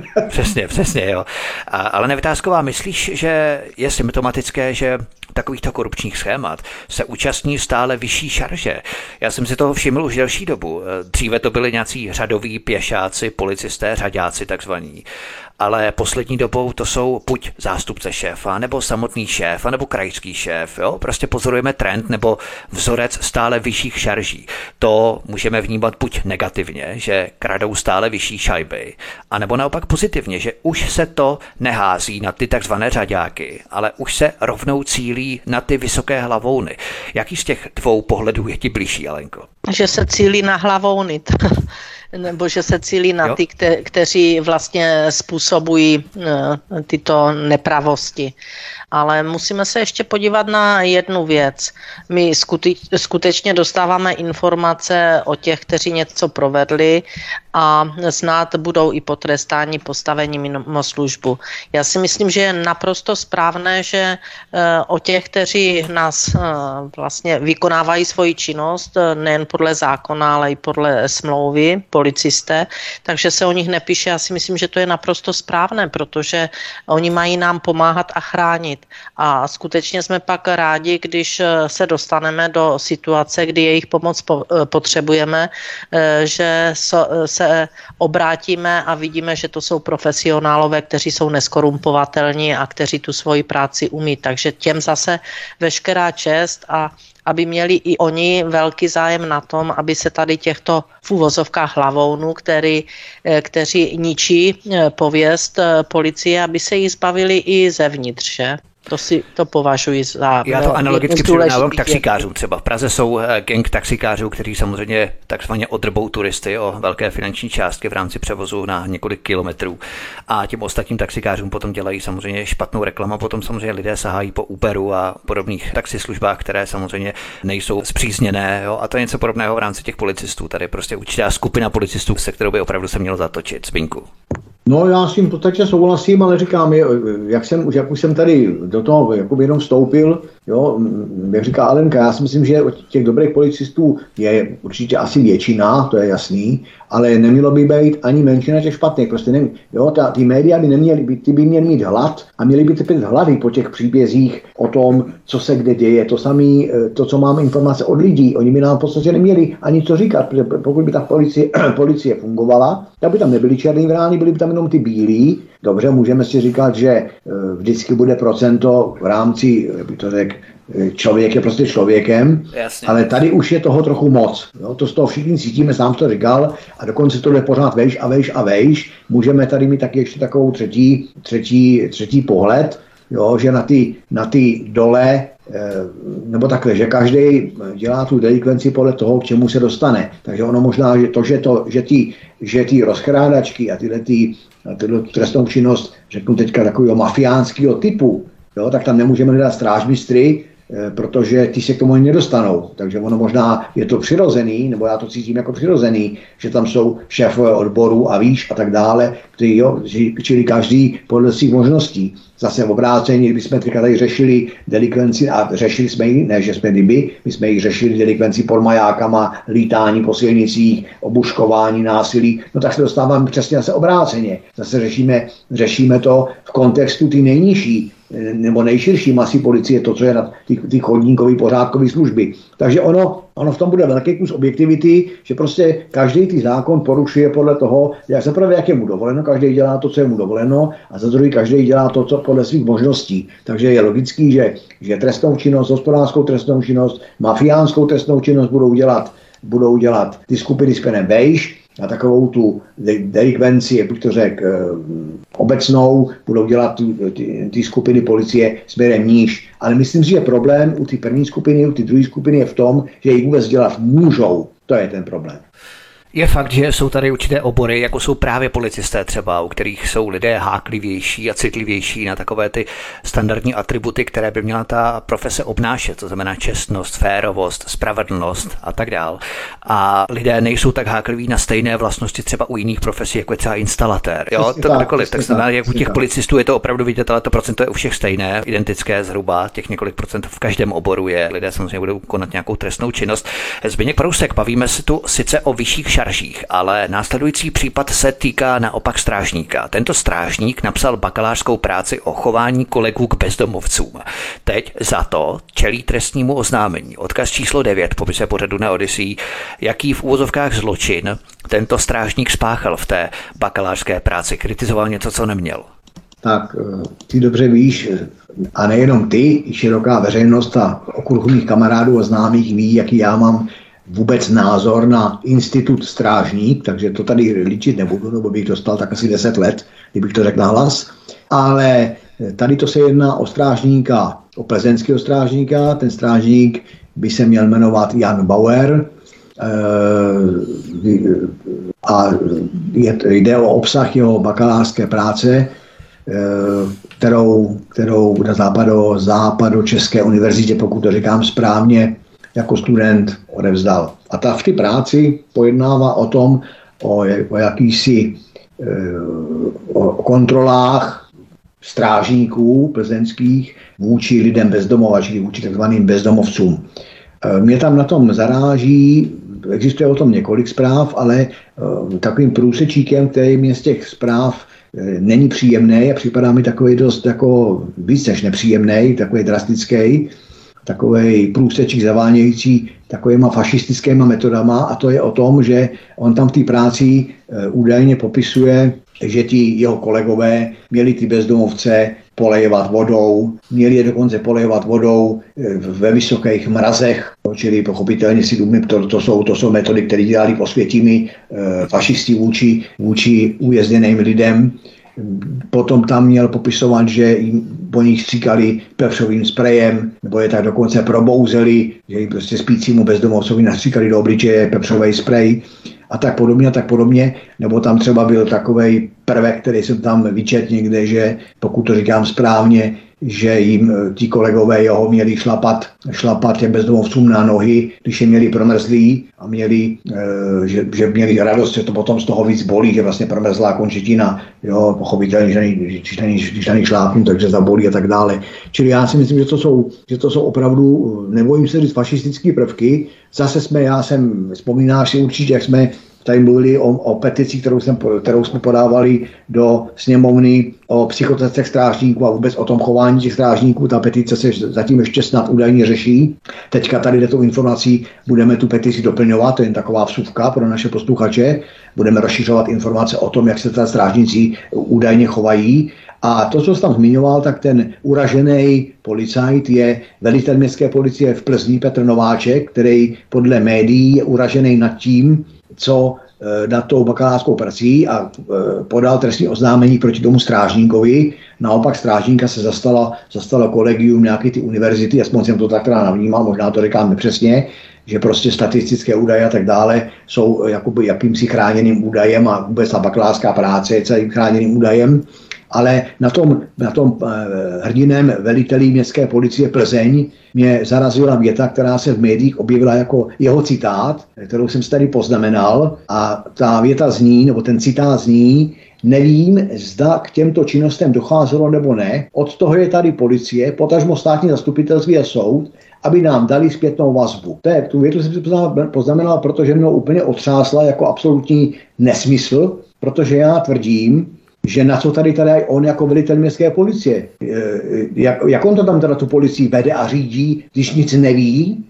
Přesně, jo. Ale Nevytázková, myslíš, že je symptomatické, že takovýchto korupčních schémat se účastní stále vyšší šarže? Já jsem si toho všiml už delší dobu. Dříve to byli nějací řadoví pěšáci, policisté, řaďáci takzvaní. Ale poslední dobou to jsou buď zástupce šéfa, nebo samotný šéf, nebo krajský šéf. Jo? Prostě pozorujeme trend nebo vzorec stále vyšších šarží. To můžeme vnímat buď negativně, že kradou stále vyšší šajby, anebo naopak pozitivně, že už se to nehází na ty takzvané řaďáky, ale už se rovnou cílí na ty vysoké hlavouny. Jaký z těch dvou pohledů je ti blížší, Alenko? Že se cílí na hlavouny. Nebo že se cílí na ty, kteří vlastně způsobují tyto nepravosti. Ale musíme se ještě podívat na jednu věc. My skutečně dostáváme informace o těch, kteří něco provedli a snad budou i potrestáni postavení mimo službu. Já si myslím, že je naprosto správné, že o těch, kteří nás vlastně vykonávají svoji činnost, nejen podle zákona, ale i podle smlouvy, policisté, takže se o nich nepíše. Já si myslím, že to je naprosto správné, protože oni mají nám pomáhat a chránit. A skutečně jsme pak rádi, když se dostaneme do situace, kdy jejich pomoc potřebujeme, že se obrátíme a vidíme, že to jsou profesionálové, kteří jsou neskorumpovatelní a kteří tu svoji práci umí. Takže těm zase veškerá čest a aby měli i oni velký zájem na tom, aby se tady těchto v uvozovkách hlavounů, kteří ničí pověst policie, aby se jich zbavili i zevnitř, že? To považuji za... Já to analogicky přirovnávám k taxikářům. Třeba v Praze jsou gang taxikářů, kteří samozřejmě takzvaně odrbou turisty o velké finanční částky v rámci převozu na několik kilometrů. A těm ostatním taxikářům potom dělají samozřejmě špatnou reklamu. Potom samozřejmě lidé sahají po Uberu a podobných taxislužbách, které samozřejmě nejsou zpřízněné. Jo? A to je něco podobného v rámci těch policistů. Tady prostě určitá skupina policistů, se kterou by opravdu se mělo zatočit. Zbyňku. No, já s tím v podstatě souhlasím, ale říkám, jak už jsem tady do toho jenom vstoupil, jo, jak říká Alenka, já si myslím, že těch dobrých policistů je určitě asi většina, to je jasný, ale nemělo by být ani menšina těch špatných. Prostě nevím, jo, ty média by neměly, ty by měly mít hlad a měly by trpět hlavy po těch příbězích o tom, co se kde děje. To samé, to, co máme informace od lidí, oni by nám v podstatě neměli ani co říkat, protože pokud by ta policie fungovala, tak by tam nebyli černý vrány, byli by tam jenom ty bílí. Dobře, můžeme si říkat, že vždycky bude procento v rámci, jak bych to řekl, člověk je prostě člověkem, jasně. Ale tady už je toho trochu moc. Jo? To z toho všichni cítíme, sám to říkal, a dokonce to jde pořád vejš. Můžeme tady mít taky ještě takovou třetí pohled, jo? Že na ty dole, nebo takhle, že každý dělá tu delikvenci podle toho, k čemu se dostane. Takže ono možná, že ty rozkrádačky a tyhle trestnou činnost, řeknu teďka takového mafiánského typu, jo, tak tam nemůžeme hledat strážmistry, protože ty se k tomu ani nedostanou. Takže ono možná je to přirozený, nebo já to cítím jako přirozený, že tam jsou šéfové odborů a výš a tak dále, čili každý podle svých možností. Zase v obrácení, kdybychom tady řešili delikvenci, a řešili jsme ji, ne že jsme my jsme ji řešili delikvenci pod majákama, lítání po silnicích, obuškování, násilí, no tak se dostáváme přesně zase obráceně. Zase řešíme to v kontextu ty nejnižší nebo nejširší masy policie, to, co je na ty chodníkové pořádkové služby. Takže ono v tom bude velký kus objektivity, že prostě každý ty zákon porušuje podle toho, jak je mu dovoleno, každý dělá to, co je mu dovoleno, a za druhý každý dělá to, co podle svých možností. Takže je logický, že trestnou činnost, hospodářskou trestnou činnost, mafiánskou trestnou činnost budou dělat ty skupiny s penem bejš, a takovou tu delikvenci, jak bych to řekl, obecnou, budou dělat ty skupiny policie směrem níž. Ale myslím si, že problém u té první skupiny, u té druhé skupiny je v tom, že ji vůbec dělat můžou. To je ten problém. Je fakt, že jsou tady určité obory, jako jsou právě policisté třeba, u kterých jsou lidé háklivější a citlivější na takové ty standardní atributy, které by měla ta profese obnášet, to znamená čestnost, férovost, spravedlnost a tak dál. A lidé nejsou tak hákliví na stejné vlastnosti třeba u jiných profesí, jako je třeba instalatér. Jo, to kdekoliv. Tak znamená, jak u těch policistů je to opravdu vidět, ale to procento je u všech stejné, identické zhruba, těch několik procent v každém oboru je. Lidé samozřejmě budou konat nějakou trestnou činnost. Zbyněk Parousek, bavíme se tu sice o vyšších šaržích, ale následující případ se týká naopak strážníka. Tento strážník napsal bakalářskou práci o chování kolegů k bezdomovcům. Teď za to čelí trestnímu oznámení. Odkaz číslo 9 popise pořadu na Odyssey, jaký v úvozovkách zločin tento strážník spáchal v té bakalářské práci. Kritizoval něco, co neměl. Tak ty dobře víš, a nejenom ty, i široká veřejnost a okruh mých kamarádů a známých ví, jaký já mám vůbec názor na institut strážník, takže to tady líčit nebudu, nebo bych dostal tak asi 10 let, kdybych to řekl nahlas. Ale tady to se jedná o strážníka, o plzeňského strážníka. Ten strážník by se měl jmenovat Jan Bauer a jde o obsah jeho bakalářské práce, kterou na Západočeské univerzitě, pokud to říkám správně, jako student odevzdal. A ta v té práci pojednává o tom, o jakýsi o kontrolách strážníků plzeňských vůči lidem bezdomova, čili vůči takzvaným bezdomovcům. Mě tam na tom zaráží existuje o tom několik zpráv, ale takovým průsečíkem, který mě z těch zpráv není příjemný a připadá mi takový dost jako víc než nepříjemný, takový drastický, takový průsečík zavánějící takovýma fašistickýma metodama, a to je o tom, že on tam v té práci údajně popisuje, že ti jeho kolegové měli ty bezdomovce polejovat vodou, měli je dokonce polejovat vodou ve vysokých mrazech, čili pochopitelně si důmím, to jsou metody, které dělali Osvětimi fašisti vůči uvězněným lidem. Potom tam měl popisovat, že po nich stříkali pepřovým sprejem, nebo je tak dokonce probouzeli, že jim prostě spícímu bezdomovcovi nastříkali do obličeje pepřový sprej a tak podobně. Nebo tam třeba byl takovej prvek, který jsem tam vyčet někde, že pokud to říkám správně, že jim ti kolegové jeho měli šlapat těm bezdomovcům na nohy, když je měli promrzlí a že měli radost, že to potom z toho víc bolí, že vlastně promrzlá končetina, jo, pochopitelně, že když na ní šlápnu, takže zabolí a tak dále. Čili já si myslím, že to jsou opravdu, nebojím se říct, fašistické prvky. Zase vzpomínáš si určitě, jak jsme tady mluvili o petici, kterou jsme podávali do sněmovny o psychotestech strážníků a vůbec o tom chování těch strážníků. Ta petice se zatím ještě snad údajně řeší. Teďka tady tou informací budeme tu petici doplňovat, to je jen taková vsuvka pro naše posluchače. Budeme rozšiřovat informace o tom, jak se ta strážníci údajně chovají. A to, co jsi tam zmiňoval, tak ten uražený policajt je velitel městské policie v Plzni Petr Nováček, který podle médií je uražený nad tím, co nad tou bakalářskou prací a podal trestní oznámení proti tomu strážníkovi. Naopak strážníka se zastalo kolegium nějaké ty univerzity, aspoň jsem to tak teda navnímal, možná to říkám nepřesně, že prostě statistické údaje a tak dále jsou jakoby jakýmsi chráněným údajem a vůbec ta bakalářská práce je celým chráněným údajem. Ale na tom hrdinem velitelí městské policie Plzeň mě zarazila věta, která se v médiích objevila jako jeho citát, kterou jsem si tady poznamenal, a ta věta zní, nebo ten citát zní: nevím, zda k těmto činnostem docházelo nebo ne, od toho je tady policie, potažmo státní zastupitelství a soud, aby nám dali zpětnou vazbu. Tu větu jsem si poznamenal, protože mě úplně otřásla jako absolutní nesmysl, protože já tvrdím, že na co tady on jako velitel městské policie, jak on to tam teda tu policii vede a řídí, když nic neví,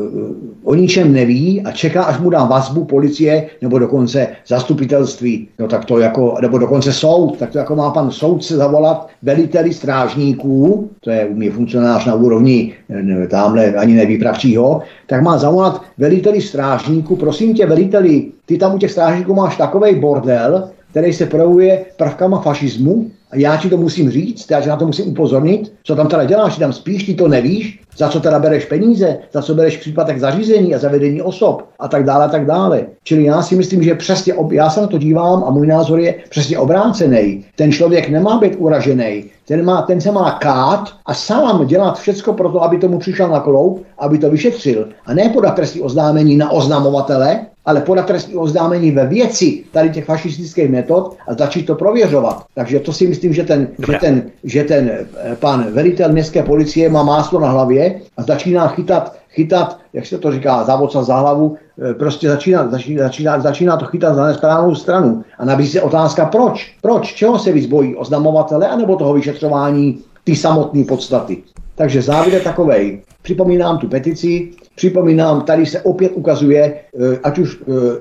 o ničem neví a čeká, až mu dá vazbu policie nebo dokonce zastupitelství, no tak to jako, nebo dokonce soud, tak to jako má pan soudce zavolat veliteli strážníků, to je u mě funkcionář na úrovni tamhle ani nevýpravčího, tak má zavolat veliteli strážníků: prosím tě veliteli, ty tam u těch strážníků máš takovej bordel, který se projevuje prvkama fašismu, a já ti to musím říct, já ti na to musím upozornit, co tam teda děláš, ty tam spíš, ty to nevíš, za co teda bereš peníze, za co bereš příplatek zařízení a zavedení osob a tak dále, a tak dále. Čili já si myslím, že přesně, já se na to dívám a můj názor je přesně obrácený. Ten člověk nemá být uražený, ten se má kát a sám dělat všecko pro to, aby tomu přišel na kloub, aby to vyšetřil. A ne podat trestní oznámení na oznamovatele, ale podat trestní oznámení ve věci tady těch fašistických metod a začít to prověřovat. Takže to si myslím, že ten pan velitel městské policie má máslo na hlavě a začíná chytat, jak se to říká, závodca za hlavu, prostě začíná to chytat za nesprávnou stranu. A nabízí se otázka, proč, čeho se víc bojí, oznamovatele anebo toho vyšetřování ty samotné podstaty. Takže závěr je takovej. Připomínám tu petici, tady se opět ukazuje ať už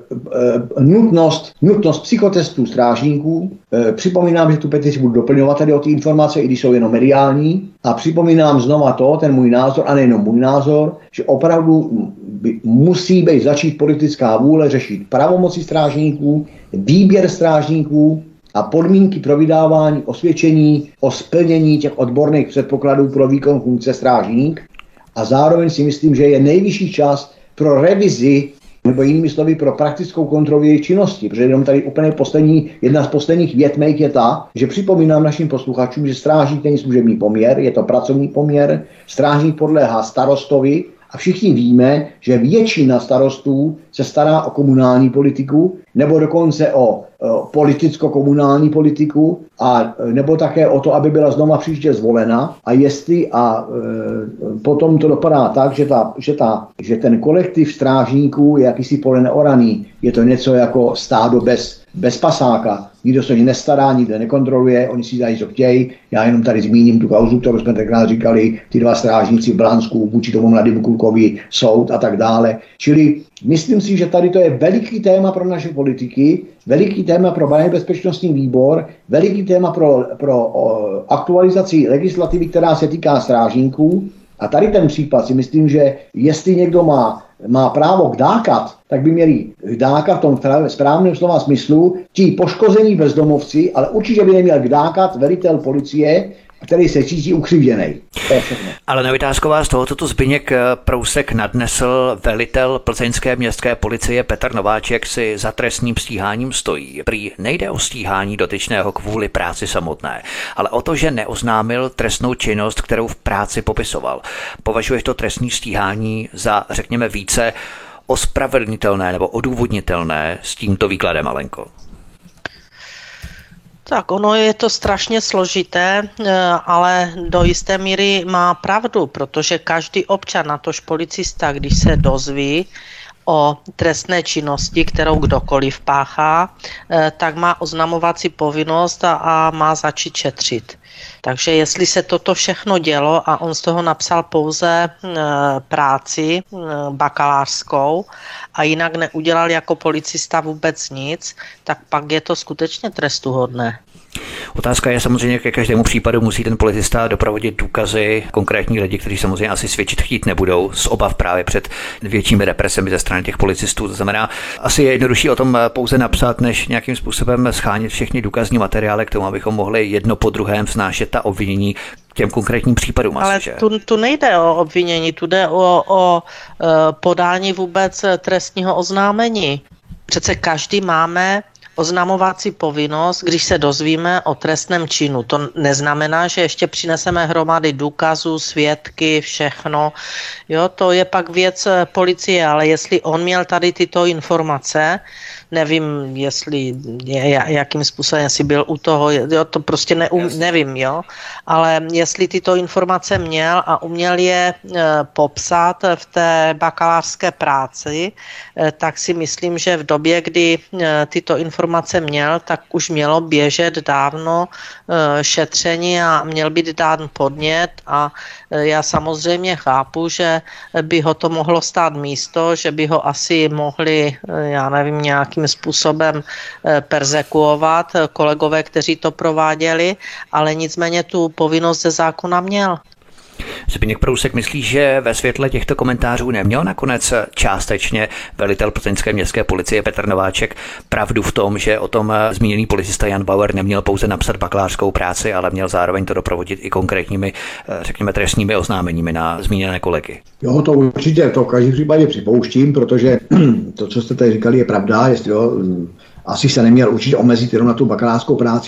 nutnost psychotestů strážníků. Připomínám, že tu petici budu doplňovat tady o ty informace, i když jsou jenom mediální. A připomínám znova ten můj názor, a nejenom můj názor, že opravdu musí být začít politická vůle řešit pravomoci strážníků, výběr strážníků a podmínky pro vydávání osvědčení o splnění těch odborných předpokladů pro výkon funkce strážník. A zároveň si myslím, že je nejvyšší čas pro revizi, nebo jinými slovy pro praktickou kontrolu jejich činnosti. Protože jenom tady úplně jedna z posledních vět mých je ta, že připomínám našim posluchačům, že strážník není služební poměr, je to pracovní poměr, strážník podléhá starostovi A všichni víme, že většina starostů se stará o komunální politiku, nebo dokonce o politicko-komunální politiku, a nebo také o to, aby byla znova příště zvolena. A potom to dopadá tak, že ten kolektiv strážníků je jakýsi pole neoraný. Je to něco jako stádo bez pasáka. Nikdo se o ně nestará, nikdo nekontroluje, oni si dělají, co chtějí. Já jenom tady zmíním tu kauzu, kterou jsme tenkrát říkali, ty dva strážníci v Blansku, vůči tomu mladému klukovi soud a tak dále. Čili myslím si, že tady to je veliký téma pro naše politiky, veliký téma pro bezpečnostní výbor, veliký téma pro aktualizaci legislativy, která se týká strážníků. A tady ten případ si myslím, že jestli někdo má právo kdákat, tak by měli kdákat v tom správném slova smyslu ti poškození bezdomovci, ale určitě by neměl kdákat velitel policie, který se cítí ukřivděnej. To je všechno. Ale Nevytázková, z tohoto tu Zbyněk Prousek nadnesl, velitel plzeňské městské policie Petr Nováček si za trestním stíháním stojí. Prý nejde o stíhání dotyčného kvůli práci samotné, ale o to, že neoznámil trestnou činnost, kterou v práci popisoval. Považuješ to trestní stíhání za, řekněme, více ospravedlnitelné nebo odůvodnitelné s tímto výkladem, Alenko? Tak ono je to strašně složité, ale do jisté míry má pravdu, protože každý občan, natož policista, když se dozví o trestné činnosti, kterou kdokoliv páchá, tak má oznamovací povinnost a má začít šetřit. Takže jestli se toto všechno dělo a on z toho napsal pouze práci bakalářskou a jinak neudělal jako policista vůbec nic, tak pak je to skutečně trestuhodné. Otázka je samozřejmě, ke každému případu musí ten policista doprovodit důkazy konkrétních lidí, kteří samozřejmě asi svědčit chtít nebudou z obav právě před většími represemi ze strany těch policistů. To znamená, asi je jednodušší o tom pouze napsat, než nějakým způsobem schánit všechny důkazní materiály k tomu, abychom mohli jedno po druhém vznášet ta obvinění k těm konkrétním případům. Ale tu nejde o obvinění, tu jde o podání vůbec trestního oznámení. Přece každý máme oznamovací povinnost, když se dozvíme o trestném činu. To neznamená, že ještě přineseme hromady důkazů, svědky, všechno. Jo, to je pak věc policie, ale jestli on měl tady tyto informace, nevím, jakým způsobem, jestli byl u toho, jo, to prostě nevím, jo, ale jestli tyto informace měl a uměl je popsat v té bakalářské práci, tak si myslím, že v době, kdy tyto informace měl, tak už mělo běžet dávno šetření a měl být dán podnět a já samozřejmě chápu, že by ho to mohlo stát místo, že by ho asi mohli, já nevím, nějakým způsobem perzekuovat kolegové, kteří to prováděli, ale nicméně tu povinnost ze zákona měl. Zbyněk Prousek myslí, že ve světle těchto komentářů neměl nakonec částečně velitel plzeňské městské policie Petr Nováček pravdu v tom, že o tom zmíněný policista Jan Bauer neměl pouze napsat bakalářskou práci, ale měl zároveň to doprovodit i konkrétními, řekněme, trestními oznámeními na zmíněné kolegy. Jo, to určitě, to v každém případě připouštím, protože to, co jste tady říkali, je pravda, jestli asi se neměl určitě omezit jenom na tu bakalářskou práci,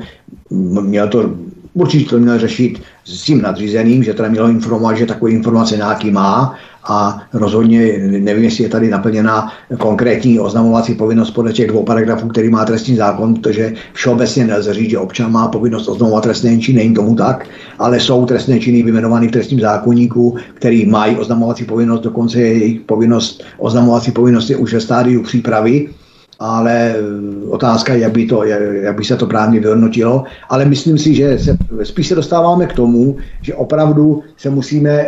měl to určitě to měl řešit s tím nadřízeným, že to nemělo informovat, že takové informace nějaký má a rozhodně nevím, jestli je tady naplněna konkrétní oznamovací povinnost podle těch 2 paragrafů, který má trestní zákon, protože všeobecně nelze říct, že občan má povinnost oznamovat trestné činy, není tomu tak, ale jsou trestné činy vyjmenovány v trestním zákoníku, který mají oznamovací povinnost, dokonce je jejich oznamovací povinnost je už ve stádiu přípravy. Ale otázka je, jak by se to právně vyhodnotilo. Ale myslím si, že spíš se dostáváme k tomu, že opravdu se musíme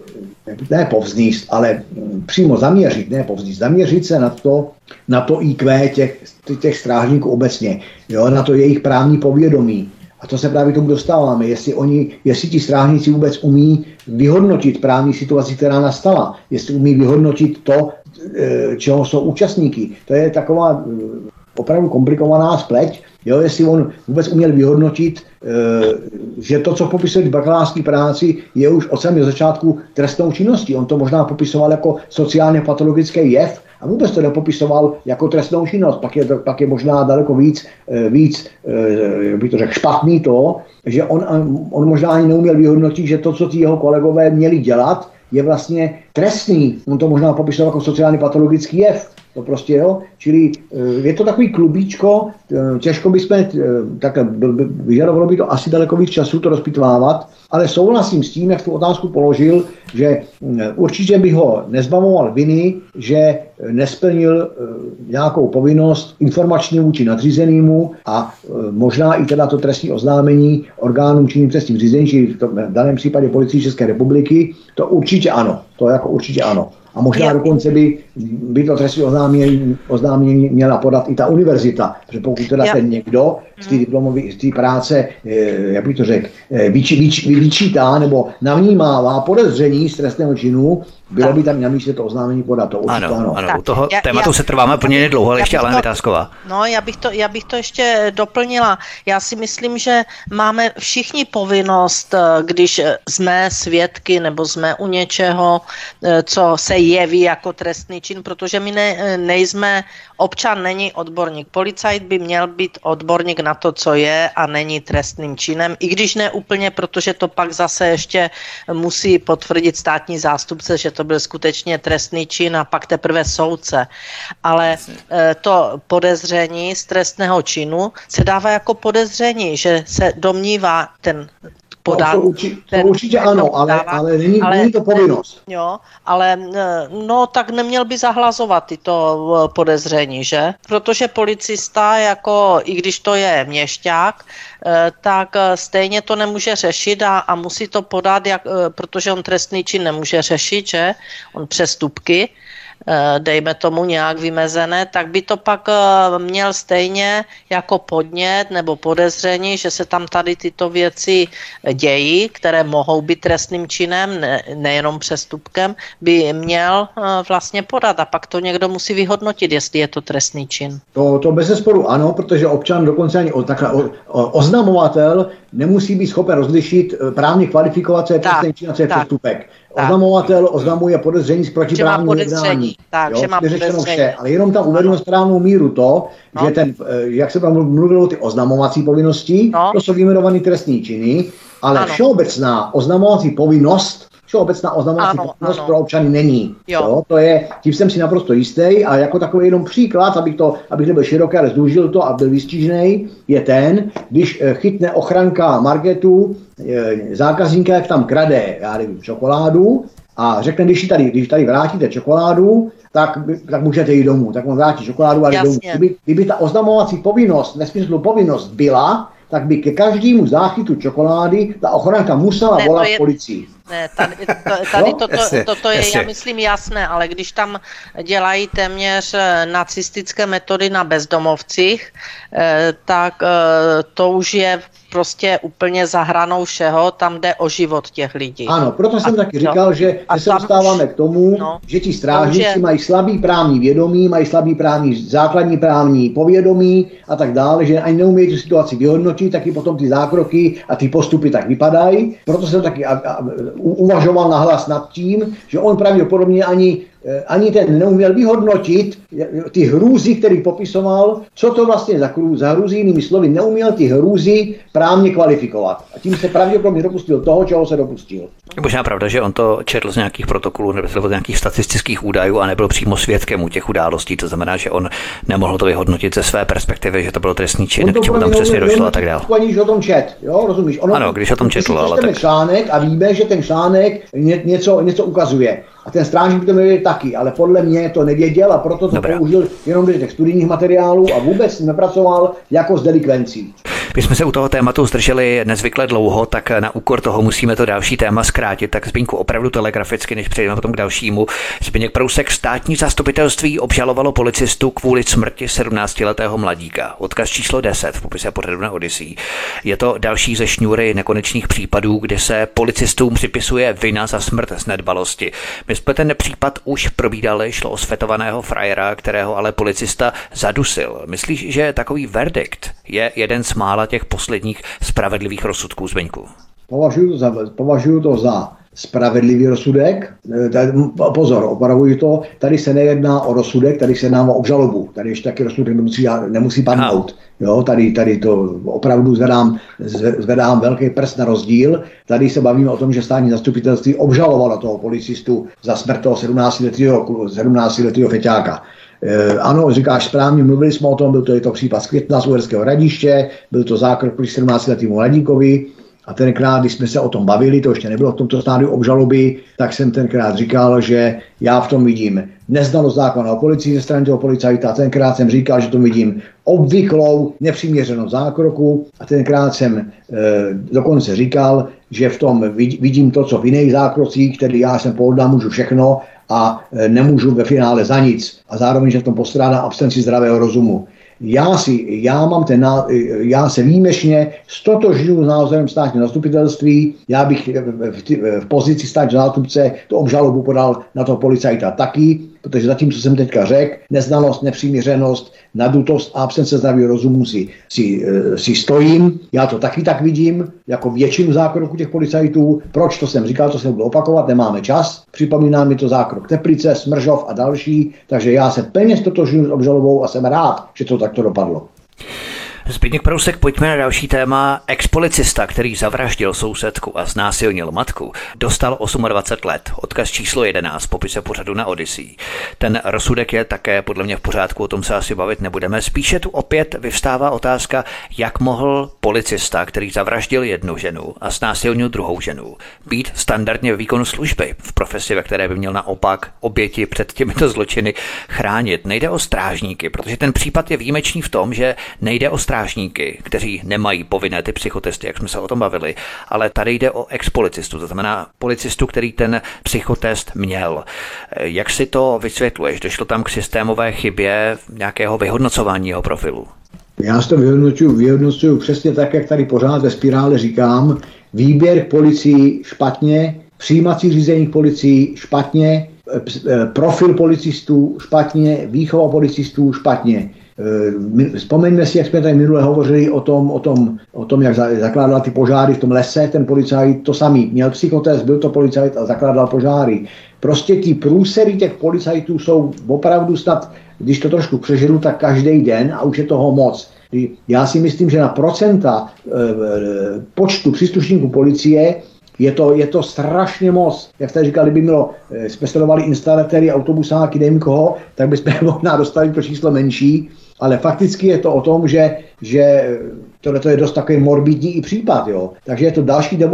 ne povznést, ale přímo zaměřit se na to IQ těch strážníků obecně, jo, na to jejich právní povědomí. A to se právě tomu dostáváme, jestli ti strážníci vůbec umí vyhodnotit právní situaci, která nastala, jestli umí vyhodnotit to, čeho jsou účastníky. To je taková opravdu komplikovaná spleť, jo, jestli on vůbec uměl vyhodnotit, že to, co popisuje v bakalářské práci, je už od samého začátku trestnou činností. On to možná popisoval jako sociálně patologický jev a vůbec to nepopisoval jako trestnou činnost. Pak je možná daleko víc bych to řekl, špatný to, že on možná ani neuměl vyhodnotit, že to, co ti jeho kolegové měli dělat, je vlastně trestný. On to možná popisoval jako sociálně patologický jev. To prostě jo, čili je to takový klubíčko, těžko bychom, takhle, vyžadovalo by to asi daleko víc času to rozpitvávat, ale souhlasím s tím, jak tu otázku položil, že určitě by ho nezbavoval viny, že nesplnil nějakou povinnost informační vůči nadřízenému a možná i teda to trestní oznámení orgánům činným trestním řízení, či v daném případě Policii České republiky, to určitě ano, to jako určitě ano. A možná dokonce by to trestní oznámení měla podat i ta univerzita, protože pokud teda ten někdo z té práce, jak bych to řekl, vyčítá nebo navnímává podezření z trestného činu, bylo by tam na místě to oznámení podat. To určitě ano. U toho tématu se trváme plně dlouho, ale ještě Alena Vitásková. No, já bych to ještě doplnila. Já si myslím, že máme všichni povinnost, když jsme svědky nebo jsme u něčeho, co se jeví jako trestný čin, protože my nejsme, občan není odborník. Policajt by měl být odborník na to, co je a není trestným činem, i když ne úplně, protože to pak zase ještě musí potvrdit státní zástupce, že to byl skutečně trestný čin a pak teprve soudce. Ale to podezření z trestného činu se dává jako podezření, že se domnívá ten podat. To určitě ano, ale není to povinnost. Jo, ale no tak neměl by zahlazovat tyto podezření, že? Protože policista, jako i když to je měšťák, tak stejně to nemůže řešit a musí to podat, protože on trestný čin nemůže řešit, že? On přestupky, dejme tomu nějak vymezené, tak by to pak měl stejně jako podnět nebo podezření, že se tam tady tyto věci dějí, které mohou být trestným činem, nejenom přestupkem, by měl vlastně podat a pak to někdo musí vyhodnotit, jestli je to trestný čin. To bezesporu ano, protože občan dokonce ani oznamovatel nemusí být schopen rozlišit, právně kvalifikovat, co je trestný čin a co je přestupek. Oznamovatel oznamuje podezření z protiprávního jednání. Ale jenom tam uvedu na správnou míru to, že ten, jak se tam mluvilo o ty oznamovací povinnosti, to jsou vyjmenované trestní činy, ale všeobecná oznamovací povinnost pro občany není. Jo, to je, tím jsem si naprosto jistý a jako takový jenom příklad, abych nebyl široký, ale zdůžil to a byl výstižnej, je ten, když chytne ochranka Marketu zákazníka, jak tam krade, já nevím, čokoládu a řekne, když tady vrátíte čokoládu, tak můžete jít domů. Tak on vrátí čokoládu a jde domů. Kdyby ta oznamovací povinnost, ve smyslu povinnost byla, tak by ke každému záchytu čokolády ta ochranka musela volat policii. Ne, tady toto je, já myslím, jasné, ale když tam dělají téměř nacistické metody na bezdomovcích, tak to už je prostě úplně za hranou všeho, tam jde o život těch lidí. Ano, proto jsem taky říkal, že se dostáváme k tomu, že ti strážníci mají slabý právní vědomí, mají slabý základní právní povědomí a tak dále, že ani neumějí tu situaci vyhodnotit, taky potom ty zákroky a ty postupy tak vypadají. Proto jsem taky uvažoval nahlas nad tím, že on pravděpodobně ani ten neuměl vyhodnotit ty hrůzy, který popisoval, co to vlastně za hrůzy, jinými slovy, neuměl ty hrůzy právně kvalifikovat. A tím se pravděpodobně dopustil toho, čeho se dopustil. Je možná pravda, že on to četl z nějakých protokolů nebo z nějakých statistických údajů a nebyl přímo svědkem u těch událostí. To znamená, že on nemohl to vyhodnotit ze své perspektivy, že to bylo trestný čin, k čemu tam přesně došlo a tak dále. Když o tom čet, jo, rozumíš? Ano, když o tom četl, ale tak... článek a víme, že ten článek něco ukazuje. A ten strážník by to měl taky, ale podle mě to nevěděl a proto to použil jenom do těch studijních materiálů a vůbec nepracoval jako s delikvencí. My jsme se u toho tématu zdrželi nezvykle dlouho, tak na úkor toho musíme to další téma zkrátit. Tak Zbyňku, opravdu telegraficky, než přejdeme potom k dalšímu. Zbyněk Prousek, státní zastupitelství obžalovalo policistu kvůli smrti 17letého mladíka. Odkaz číslo 10 v popise pořadu na Odyssey. Je to další ze šňůry nekonečných případů, kdy se policistům připisuje vina za smrt z nedbalosti. My jsme ten případ už probídali, šlo o svetovaného frajera, kterého ale policista zadusil. Myslíš, že takový verdikt je jeden z mála těch posledních spravedlivých rozsudků, Zbyňku? Považuji to za spravedlivý rozsudek. Pozor, opravuji to, tady se nejedná o rozsudek, tady se jedná o obžalobu. Tady ještě taky rozsudek nemusí padnout. Jo, tady to opravdu zvedám velký prst na rozdíl. Tady se bavíme o tom, že státní zastupitelství obžalovalo toho policistu za smrt toho 17letého feťáka. Ano, říkáš správně, mluvili jsme o tom, je to případ z Května z Uherského Hradiště, byl to zákrok proti 17letému Hladíkovi a tenkrát, když jsme se o tom bavili, to ještě nebylo v tomto stádiu obžaloby, tak jsem tenkrát říkal, že já v tom vidím neznalost zákona o policii ze strany toho policajta, tenkrát jsem říkal, že to vidím obvyklou nepřiměřenost zákroku a tenkrát jsem dokonce říkal, že v tom vidím to, co v jiných zákrocích, který já jsem pohodlá, můžu všechno a nemůžu ve finále za nic. A zároveň, že v tom postrádám absenci zdravého rozumu. Já se výjimečně stotožňuji s názorem státního zastupitelství, já bych v pozici státního zástupce tu obžalobu podal na toho policajta taky, protože za tím, co jsem teďka řekl, neznalost, nepřiměřenost, nadutost a absence zdravého rozumu si stojím. Já to taky tak vidím, jako většinu zákroků těch policajtů. Proč to jsem říkal, to se budu opakovat, nemáme čas. Připomíná mi to zákrok Teplice, Smržov a další, takže já se plně stotožňuji s obžalobou a jsem rád, že to takto dopadlo. Zbyněk Prousek, pojďme na další téma. Expolicista, který zavraždil sousedku a znásilnil matku, dostal 28 let. Odkaz číslo 11 v popise pořadu na Odyssey. Ten rozsudek je také podle mě v pořádku, o tom se asi bavit nebudeme. Spíše tu opět vyvstává otázka, jak mohl policista, který zavraždil jednu ženu a znásilnil druhou ženu, být standardně ve výkonu služby v profesi, ve které by měl naopak oběti před těmito zločiny chránit. Nejde o strážníky, protože ten případ je výjimečný v tom, že nejde o strážníky, kteří nemají povinné ty psychotesty, jak jsme se o tom bavili, ale tady jde o expolicistu, to znamená policistu, který ten psychotest měl. Jak si to vysvětluješ? Došlo tam k systémové chybě nějakého vyhodnocování jeho profilu? Já si to vyhodnocuju přesně tak, jak tady pořád ve spirále říkám. Výběr k policii špatně, přijímací řízení k policii špatně, profil policistů špatně, výchova policistů špatně. Vzpomeňme si, jak jsme tady minule hovořili o tom, jak zakládal ty požáry v tom lese, ten policajt to samý. Měl psychotest, byl to policajt a zakládal požáry. Prostě ty průsery těch policajtů jsou opravdu snad, když to trošku přeženu, tak každý den a už je toho moc. Já si myslím, že na procenta počtu příslušníků policie je to strašně moc. Jak jste říkali, kdyby jsme sledovali instalatéry, autobusáky, nevím koho, tak bychom možná dostali to číslo menší, ale fakticky je to o tom, že tohle je dost takový morbidní i případ. Jo. Takže je to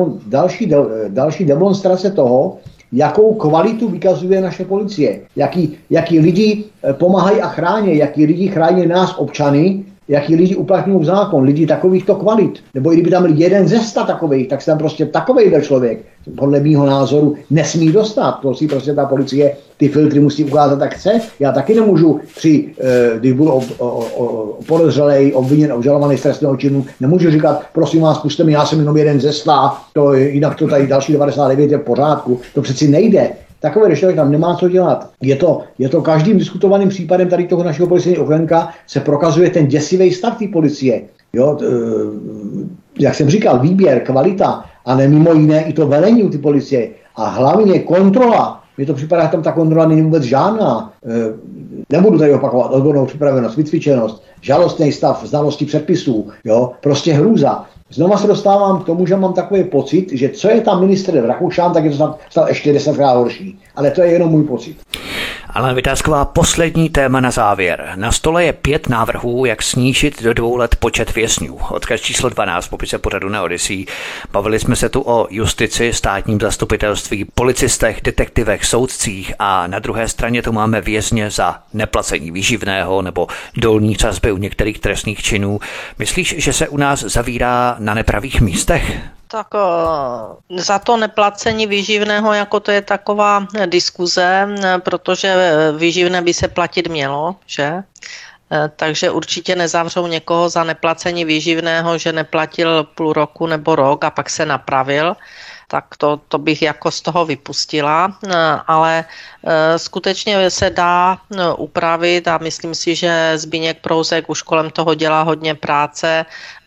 další demonstrace toho, jakou kvalitu vykazuje naše policie, jaký lidi pomáhají a chrání, jaký lidi chrání nás občany, jaký lidi uplatňují zákon, lidi takovýchto kvalit. Nebo i kdyby tam byl jeden ze 100 takových, tak se tam prostě takovejhle člověk, podle mýho názoru, nesmí dostat. To si prostě ta policie ty filtry musí ukázat, tak chce. Já taky nemůžu když budu podezřelej, obviněn, obžalovaný z trestného činu, nemůžu říkat, prosím vás, puste mi, já jsem jenom jeden ze 100, jinak to tady další 99 je v pořádku. To přeci nejde. Takové člověk tam nemá co dělat. Je to každým diskutovaným případem tady toho našeho policejního okénka se prokazuje ten děsivý stav té policie. Jo, jak jsem říkal, výběr, kvalita, ale mimo jiné i to velení u té policie. A hlavně kontrola. Mně to připadá, že tam ta kontrola není vůbec žádná. Nebudu tady opakovat odbornou připravenost, vycvičenost, žalostný stav, znalosti předpisů, jo, prostě hrůza. Znova se dostávám k tomu, že mám takový pocit, že co je tam ministr Rakušan, tak je to snad ještě 10krát horší. Ale to je jenom můj pocit. Alena Vytázková, poslední téma na závěr. Na stole je 5 návrhů, jak snížit do 2 let počet vězňů. Odkaz číslo 12 v popise pořadu na Odyssey. Bavili jsme se tu o justici, státním zastupitelství, policistech, detektivech, soudcích a na druhé straně tu máme vězně za neplacení výživného nebo dolní sazby u některých trestných činů. Myslíš, že se u nás zavírá na nepravých místech? Tak za to neplacení výživného, jako to je taková diskuze, protože výživné by se platit mělo, že? Takže určitě nezavřou někoho za neplacení výživného, že neplatil půl roku nebo rok a pak se napravil. tak to bych jako z toho vypustila, ale skutečně se dá upravit a myslím si, že Zbyněk Prouzek už kolem toho dělá hodně práce.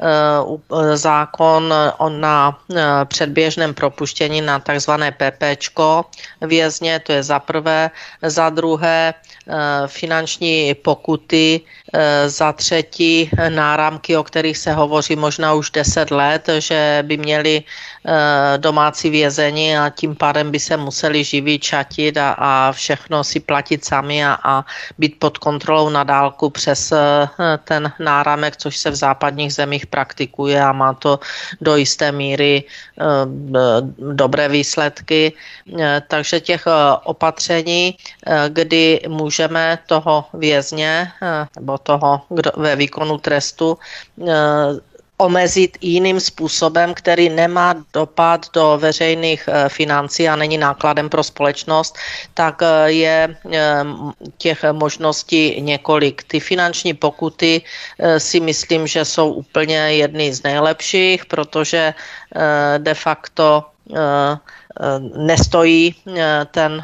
Zákon na předběžném propuštění na takzvané PPčko vězně, to je za prvé, za druhé finanční pokuty, za třetí náramky, o kterých se hovoří možná už 10 let, že by měli domácí vězení a tím pádem by se museli živit, čatit a všechno si platit sami a být pod kontrolou na dálku přes ten náramek, což se v západních zemích praktikuje a má to do jisté míry dobré výsledky. Takže těch opatření, kdy můžeme toho vězně nebo toho, kdo ve výkonu trestu omezit jiným způsobem, který nemá dopad do veřejných financí a není nákladem pro společnost, tak je těch možností několik. Ty finanční pokuty si myslím, že jsou úplně jedny z nejlepších, protože de facto nestojí ten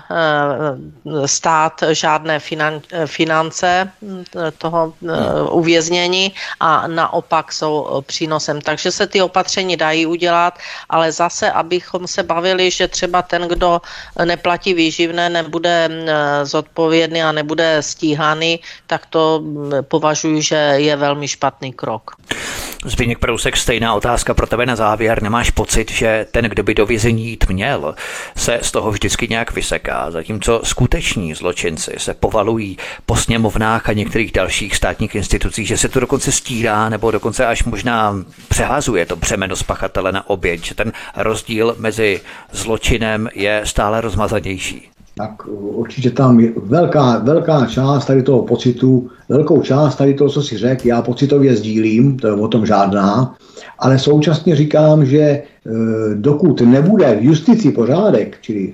stát žádné finance toho uvěznění a naopak jsou přínosem. Takže se ty opatření dají udělat, ale zase, abychom se bavili, že třeba ten, kdo neplatí výživné, nebude zodpovědný a nebude stíhaný, tak to považuji, že je velmi špatný krok. Zbyněk Prousek, stejná otázka pro tebe na závěr. Nemáš pocit, že ten, kdo by do vězení jít měl, se z toho vždycky nějak vyseká, zatímco skuteční zločinci se povalují po sněmovnách a některých dalších státních institucích, že se to dokonce stírá nebo dokonce až možná přehazuje to břemeno z pachatele na oběť, že ten rozdíl mezi zločinem je stále rozmazanější? Tak určitě tam je velká část tady toho pocitu, velkou část tady toho, co si řekl, já pocitově sdílím, to je o tom žádná, ale současně říkám, že dokud nebude v justici pořádek, čili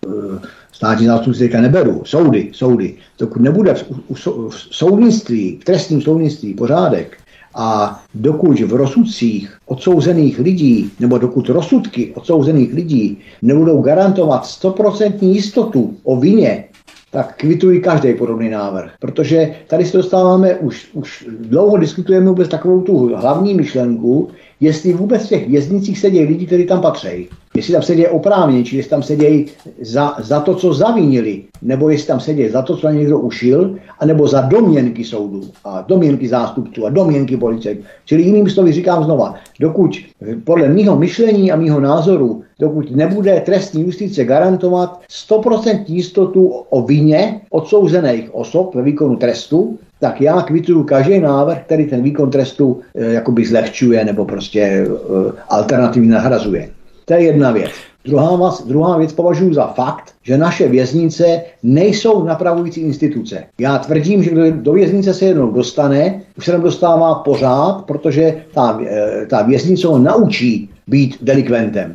státní zástupci teďka neberu, soudy, dokud nebude v soudnictví, v trestním soudnictví pořádek, a dokud v rozsudcích odsouzených lidí, nebo dokud rozsudky odsouzených lidí nebudou garantovat 100% jistotu o vině, tak kvituji každý podobný návrh. Protože tady se dostáváme, už dlouho diskutujeme vůbec takovou tu hlavní myšlenku, jestli vůbec v těch věznicích sedějí lidi, kteří tam patří. Jestli tam sedějí oprávnění, či jestli tam sedějí za to, co zavinili, nebo jestli tam sedějí za to, co někdo ušil, anebo za domněnky soudu a domněnky zástupců a domněnky policie. Čili jinými slovy říkám znova, dokud podle mýho myšlení a mýho názoru, dokud nebude trestní justice garantovat 100% jistotu o vině odsouzených osob ve výkonu trestu, tak já kvituju každý návrh, který ten výkon trestu jakoby zlehčuje nebo prostě alternativně nahrazuje. To je jedna věc. Druhá věc považuji za fakt, že naše věznice nejsou napravující instituce. Já tvrdím, že kdo do věznice se jednou dostane, už se tam dostává pořád, protože ta věznice ho naučí být delikventem.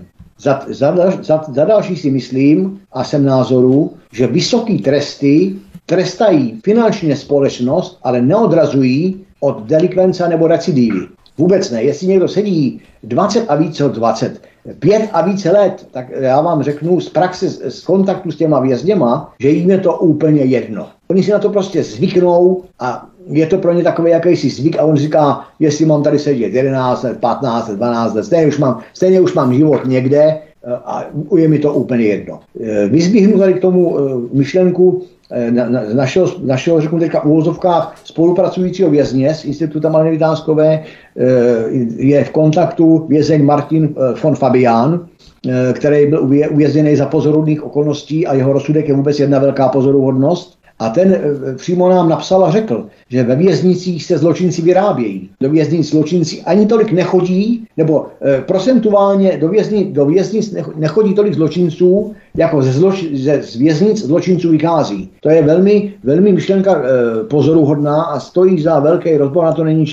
Za další si myslím a jsem názoru, že vysoký tresty trestají finančně společnost, ale neodrazují od delikvence nebo recidivy. Vůbec ne. Jestli někdo sedí 20 a více od 25 a více let, tak já vám řeknu z praxe, z kontaktu s těma vězněma, že jim je to úplně jedno. Oni si na to prostě zvyknou a je to pro ně takový jakýsi zvyk a on říká, jestli mám tady sedět 11 let, 15 let, 12 let, stejně už mám život někde a je mi to úplně jedno. Vyzbíhnu tady k tomu myšlenku našeho řeknu teďka v úvozovkách spolupracujícího vězně z Instituta Malé Vitánskové, je v kontaktu vězeň Martin von Fabián, který byl uvězněný za pozoruhodných okolností a jeho rozsudek je vůbec jedna velká pozoruhodnost. A ten přímo nám napsal a řekl, že ve věznicích se zločinci vyrábějí. Do věznic zločinci ani tolik nechodí, nebo procentuálně do věznic nechodí tolik zločinců, jako z věznic zločinců vychází. To je velmi myšlenka pozoruhodná a stojí za velký rozbor, na to není čas.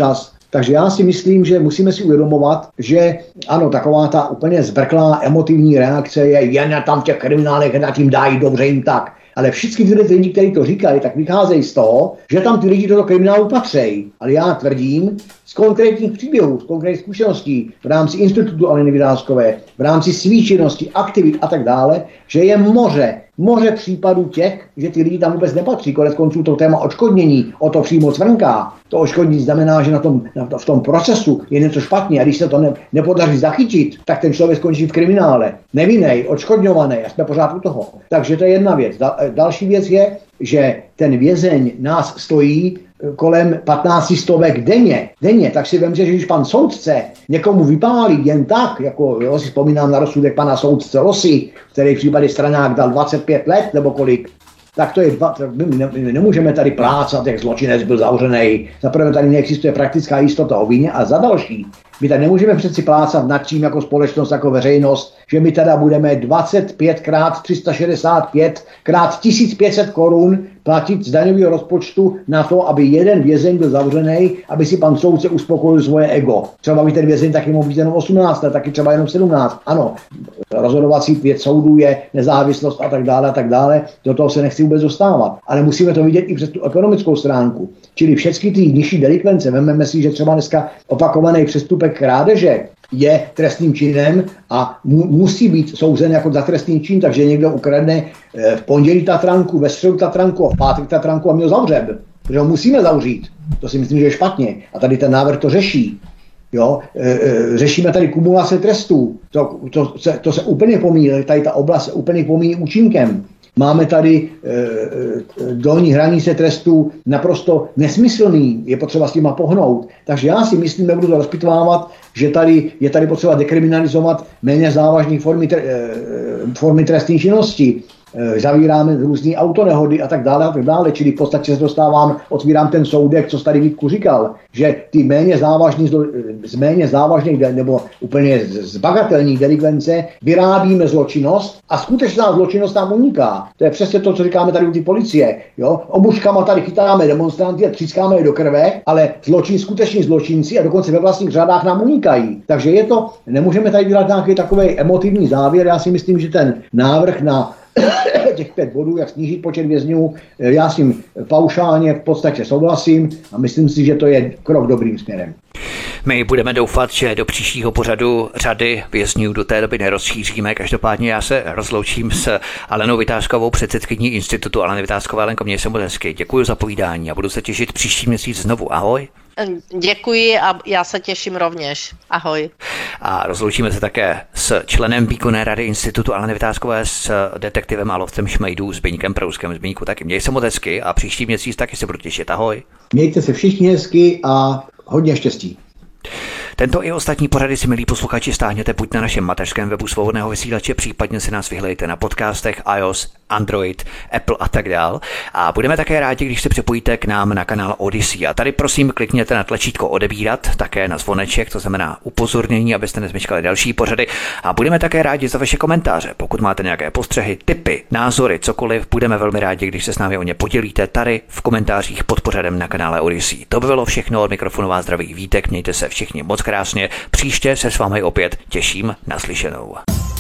Takže já si myslím, že musíme si uvědomovat, že ano, taková ta úplně zbrklá emotivní reakce je jen tam v těch kriminálech, na tím dají dobře jim tak. Ale všichni ty lidi, kteří to říkají, tak vycházejí z toho, že tam ty lidi do toho kriminálu patří. Ale já tvrdím, z konkrétních příběhů, z konkrétních zkušeností v rámci institutu Aleny Vitáskové, v rámci svých činností, aktivit a tak dále, že je moře případů těch, že ty lidi tam vůbec nepatří. Konec konců to téma odškodnění, o to přímo cvrnká. To odškodnění znamená, že v tom procesu je něco špatně a když se to nepodaří zachytit, tak ten člověk skončí v kriminále. Nevinnej, odškodňovaný a jsme pořád u toho. Takže to je jedna věc. Další věc je, že ten vězeň nás stojí kolem 1500 denně, tak si vemře, že když pan soudce někomu vypálí jen tak, jako si vzpomínám na rozsudek pana soudce Rosy, který v případě Stranák dal 25 let nebo kolik, tak to je my nemůžeme tady plácat, jak zločinec byl zavřený. Zaprvé tady neexistuje praktická jistota o vině a za další, my tady nemůžeme přeci plácat nad čím jako společnost, jako veřejnost, že my teda budeme 25x365x1500 korun platit z daňového rozpočtu na to, aby jeden vězeň byl zavřený, aby si pan soudce uspokojil svoje ego. Třeba by ten vězeň taky mohl být jenom 18, taky třeba jenom 17. Ano, rozhodovací věc soudů je nezávislost a tak dále. Do toho se nechci vůbec dostávat. Ale musíme to vidět i přes tu ekonomickou stránku. Čili všechny ty nižší delikvence, vememe si, že třeba dneska opakovaný přestupek krádeže je trestným činem a musí být souzen jako za trestný čin, takže někdo ukradne v pondělí tatranku, ve středu tatranku a v pátek tatranku a my ho zavřeme. Protože ho musíme zavřít. To si myslím, že je špatně. A tady ten návrh to řeší. Jo? Řešíme tady kumulace trestů. To se úplně pomíjí, tady ta oblast se úplně pomíjí účinkem. Máme tady dolní hranice trestů naprosto nesmyslný, je potřeba s těma pohnout. Takže já si myslím, nebudu to rozpitvávat, že tady je tady potřeba dekriminalizovat méně závažné formy trestní činnosti. Zavíráme různý autonehody a tak dále, čili v podstatě se otvírám ten soudek, co tady Vítku říkal, že ty méně závažných nebo úplně z bagatelní delikvence vyrábíme zločinnost a skutečná zločinnost nám uniká. To je přesně to, co říkáme tady u té policie. Jo? Obuškama tady chytáme demonstranty a třískáme je do krve, ale skuteční zločinci a dokonce ve vlastních řadách nám unikají. Takže nemůžeme tady dělat nějaký takový emotivní závěr. Já si myslím, že ten návrh na těch 5 bodů, jak snížit počet vězňů, já s tím paušálně v podstatě souhlasím a myslím si, že to je krok dobrým směrem. My budeme doufat, že do příštího pořadu řady vězňů do té doby nerozšíříme. Každopádně já se rozloučím s Alenou Vitáskovou, předsedkyní institutu Aleny Vitáskové. Alenko, měj se moc hezky. Děkuji za povídání a budu se těšit příští měsíc znovu. Ahoj. Děkuji a já se těším rovněž. Ahoj. A rozloučíme se také s členem výkonné rady institutu Aleny Vitáskové, s detektivem a lovcem šmejdů Zbyňkem Prouskem. Zbyňku, taky měj se moc hezky a příští měsíc taky se budu těšit. Ahoj. Mějte se všichni hezky a hodně štěstí. Tento i ostatní pořady si, milí posluchači, stáhněte buď na našem mateřském webu Svobodného vysílače, případně si nás vyhledejte na podcastech iOS, Android, Apple a tak dál. A budeme také rádi, když se připojíte k nám na kanál Odyssey. A tady prosím klikněte na tlačítko odebírat, také na zvoneček, to znamená upozornění, abyste nezmeškali další pořady. A budeme také rádi za vaše komentáře. Pokud máte nějaké postřehy, tipy, názory, cokoliv, budeme velmi rádi, když se s námi o ně podělíte tady v komentářích pod pořadem na kanále Odyssey. To by bylo všechno, od mikrofonu vás zdraví Vítek, mějte se všichni moc krásně. Příště se s vámi opět těším, naslyšenou.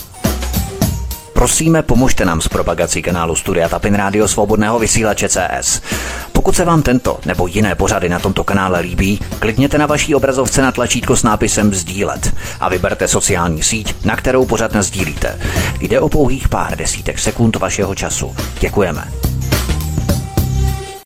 Prosíme, pomožte nám s propagací kanálu Studia Tapin Rádio Svobodného vysílače CS. Pokud se vám tento nebo jiné pořady na tomto kanále líbí, klikněte na vaší obrazovce na tlačítko s nápisem sdílet a vyberte sociální síť, na kterou pořad nasdílíte. Jde o pouhých pár desítek sekund vašeho času. Děkujeme.